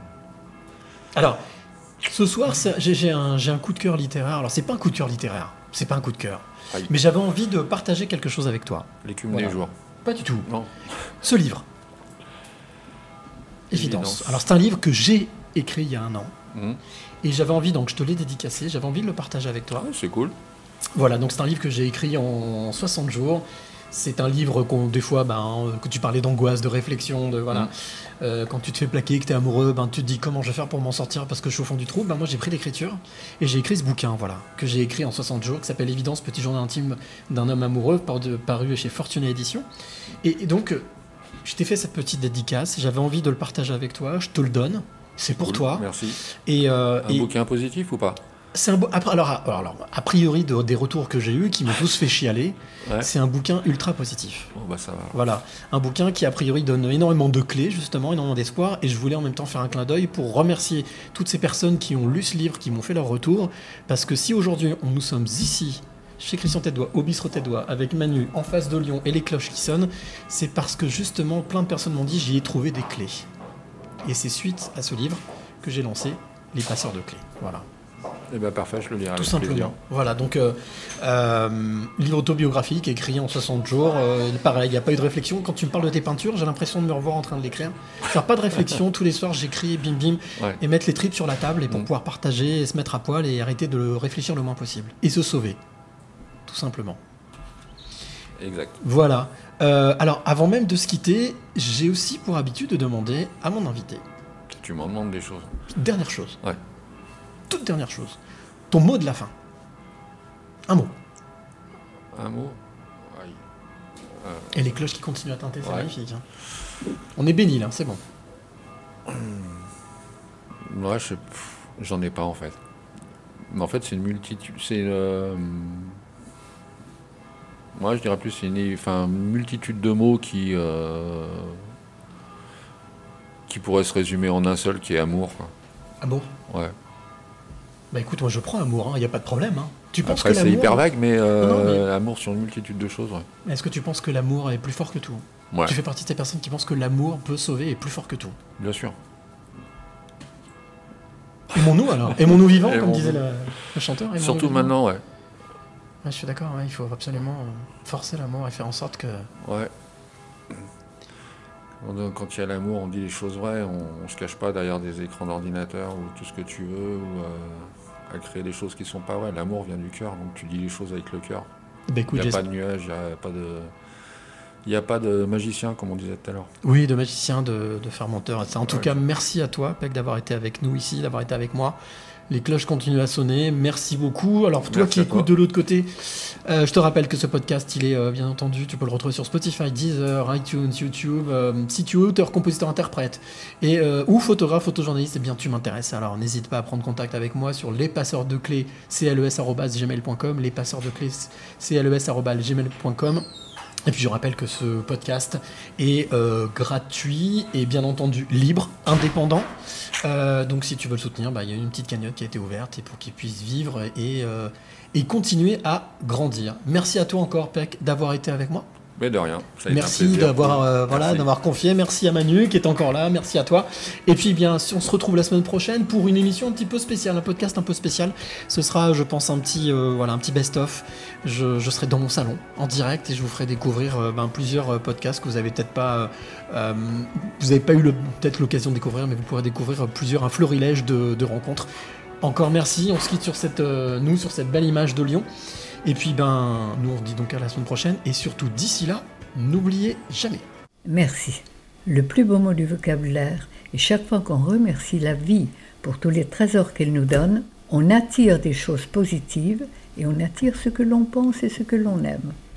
Alors, ce soir, c'est, j'ai, j'ai, un, j'ai un coup de cœur littéraire. Alors, c'est pas un coup de cœur littéraire, c'est pas un coup de cœur. Aïe. Mais j'avais envie de partager quelque chose avec toi. L'écume voilà. des jours. Pas du tout. Non. Ce livre. Évidence. Évidence. Alors, c'est un livre que j'ai écrit il y a un an. Mmh. Et j'avais envie, donc je te l'ai dédicacé, j'avais envie de le partager avec toi. Ah, c'est cool. Voilà, donc c'est un livre que j'ai écrit en soixante jours. C'est un livre qu'on, des fois, ben, que tu parlais d'angoisse, de réflexion, de voilà. Mmh. Euh, quand tu te fais plaquer, que tu es amoureux, ben, tu te dis comment je vais faire pour m'en sortir parce que je suis au fond du trou. Ben, moi, j'ai pris l'écriture et j'ai écrit ce bouquin, voilà, que j'ai écrit en soixante jours, qui s'appelle Évidence, petit journal intime d'un homme amoureux, paru chez Fortuné Éditions. Et, et donc, je t'ai fait cette petite dédicace. J'avais envie de le partager avec toi. Je te le donne. C'est pour cool, toi. Merci. Et, euh, un et... bouquin positif ou pas? C'est un bo- alors, alors, alors, a priori, de, des retours que j'ai eus, qui m'ont tous fait chialer, ouais. C'est un bouquin ultra positif. Oh bah ça va. Voilà, un bouquin qui, a priori, donne énormément de clés, justement, énormément d'espoir, et je voulais en même temps faire un clin d'œil pour remercier toutes ces personnes qui ont lu ce livre, qui m'ont fait leur retour, parce que si aujourd'hui, on, nous sommes ici, chez Christian Tête-Doigt, au Bistrot Tête-Doigt, avec Manu, en face de Lyon, et les cloches qui sonnent, c'est parce que, justement, plein de personnes m'ont dit, j'y ai trouvé des clés. Et c'est suite à ce livre que j'ai lancé Les Passeurs de Clés. Voilà. Eh bien parfait, je le lirai. Tout avec simplement. plaisir. Voilà, donc euh, euh, livre autobiographique écrit en soixante jours. Euh, pareil, il n'y a pas eu de réflexion. Quand tu me parles de tes peintures, j'ai l'impression de me revoir en train de l'écrire. Faire pas de réflexion, tous les soirs j'écris, bim bim, ouais. Et mettre les tripes sur la table et pour mmh. pouvoir partager et se mettre à poil et arrêter de le réfléchir le moins possible. Et se sauver, tout simplement. Exact. Voilà. Euh, alors, avant même de se quitter, j'ai aussi pour habitude de demander à mon invité. Tu m'en demandes des choses. Dernière chose. Ouais. Toute dernière chose. Ton mot de la fin. Un mot. Un mot. Ouais. Euh... Et les cloches qui continuent à teinter, c'est ouais. magnifique. Hein. On est béni là, c'est bon. Moi, je... j'en ai pas en fait. Mais en fait, c'est une multitude. C'est une. Euh... Moi, je dirais plus c'est une, enfin, une multitude de mots qui. Euh... qui pourraient se résumer en un seul, qui est amour. Quoi. Amour. Ouais. Bah écoute, moi je prends amour, il hein, n'y a pas de problème. Hein. Tu penses Après, que c'est l'amour... hyper vague, mais, euh, non, mais amour sur une multitude de choses. Ouais. Est-ce que tu penses que l'amour est plus fort que tout? Ouais. Tu fais partie de ces personnes qui pensent que l'amour peut sauver et est plus fort que tout? Bien sûr. Aimons-nous alors. Aimons-nous vivants, Aimons-nous. comme disait le, le chanteur. Aimons-nous Surtout vivants. maintenant, ouais. ouais. Je suis d'accord, ouais, il faut absolument forcer l'amour et faire en sorte que... Ouais. Quand il y a l'amour, on dit les choses vraies, on ne se cache pas derrière des écrans d'ordinateur ou tout ce que tu veux, ou euh, à créer des choses qui ne sont pas vraies. L'amour vient du cœur, donc tu dis les choses avec le cœur. Bah, écoute, il n'y a pas de nuages, il n'y a pas de... Il n'y a pas de magicien, comme on disait tout à l'heure. Oui, de magicien, de, de fermenteur. En tout ouais. cas, merci à toi, Pec, d'avoir été avec nous ici, d'avoir été avec moi. Les cloches continuent à sonner. Merci beaucoup. Alors, toi merci qui écoutes de l'autre côté, euh, je te rappelle que ce podcast, il est euh, bien entendu, tu peux le retrouver sur Spotify, Deezer, iTunes, YouTube. Euh, si tu es auteur, compositeur, interprète et, euh, ou photographe, photojournaliste, eh bien, tu m'intéresses. Alors, n'hésite pas à prendre contact avec moi sur lespasseursdeclés, cles arobase gmail point com, lespasseursdeclés, cles arobase gmail point com. Et puis je rappelle que ce podcast est euh, gratuit et bien entendu libre, indépendant. Euh, donc si tu veux le soutenir, bah, il y a une petite cagnotte qui a été ouverte et pour qu'il puisse vivre et, euh, et continuer à grandir. Merci à toi encore, Pec, d'avoir été avec moi. Mais de rien. Ça a été Merci un plaisir. d'avoir, euh, voilà, Merci. d'avoir confié. Merci à Manu qui est encore là. Merci à toi. Et puis, bien, on se retrouve la semaine prochaine pour une émission un petit peu spéciale, un podcast un peu spécial. Ce sera, je pense, un petit, euh, voilà, un petit best-of. Je, je serai dans mon salon en direct et je vous ferai découvrir euh, ben, plusieurs podcasts que vous avez peut-être pas, euh, vous n'avez pas eu le, peut-être l'occasion de découvrir, mais vous pourrez découvrir plusieurs, un florilège de, de rencontres. Encore merci. On se quitte sur cette, euh, nous, sur cette belle image de Lyon. Et puis, ben, nous, on se dit donc à la semaine prochaine. Et surtout, d'ici là, n'oubliez jamais. Merci. Le plus beau mot du vocabulaire. Et chaque fois qu'on remercie la vie pour tous les trésors qu'elle nous donne, on attire des choses positives et on attire ce que l'on pense et ce que l'on aime.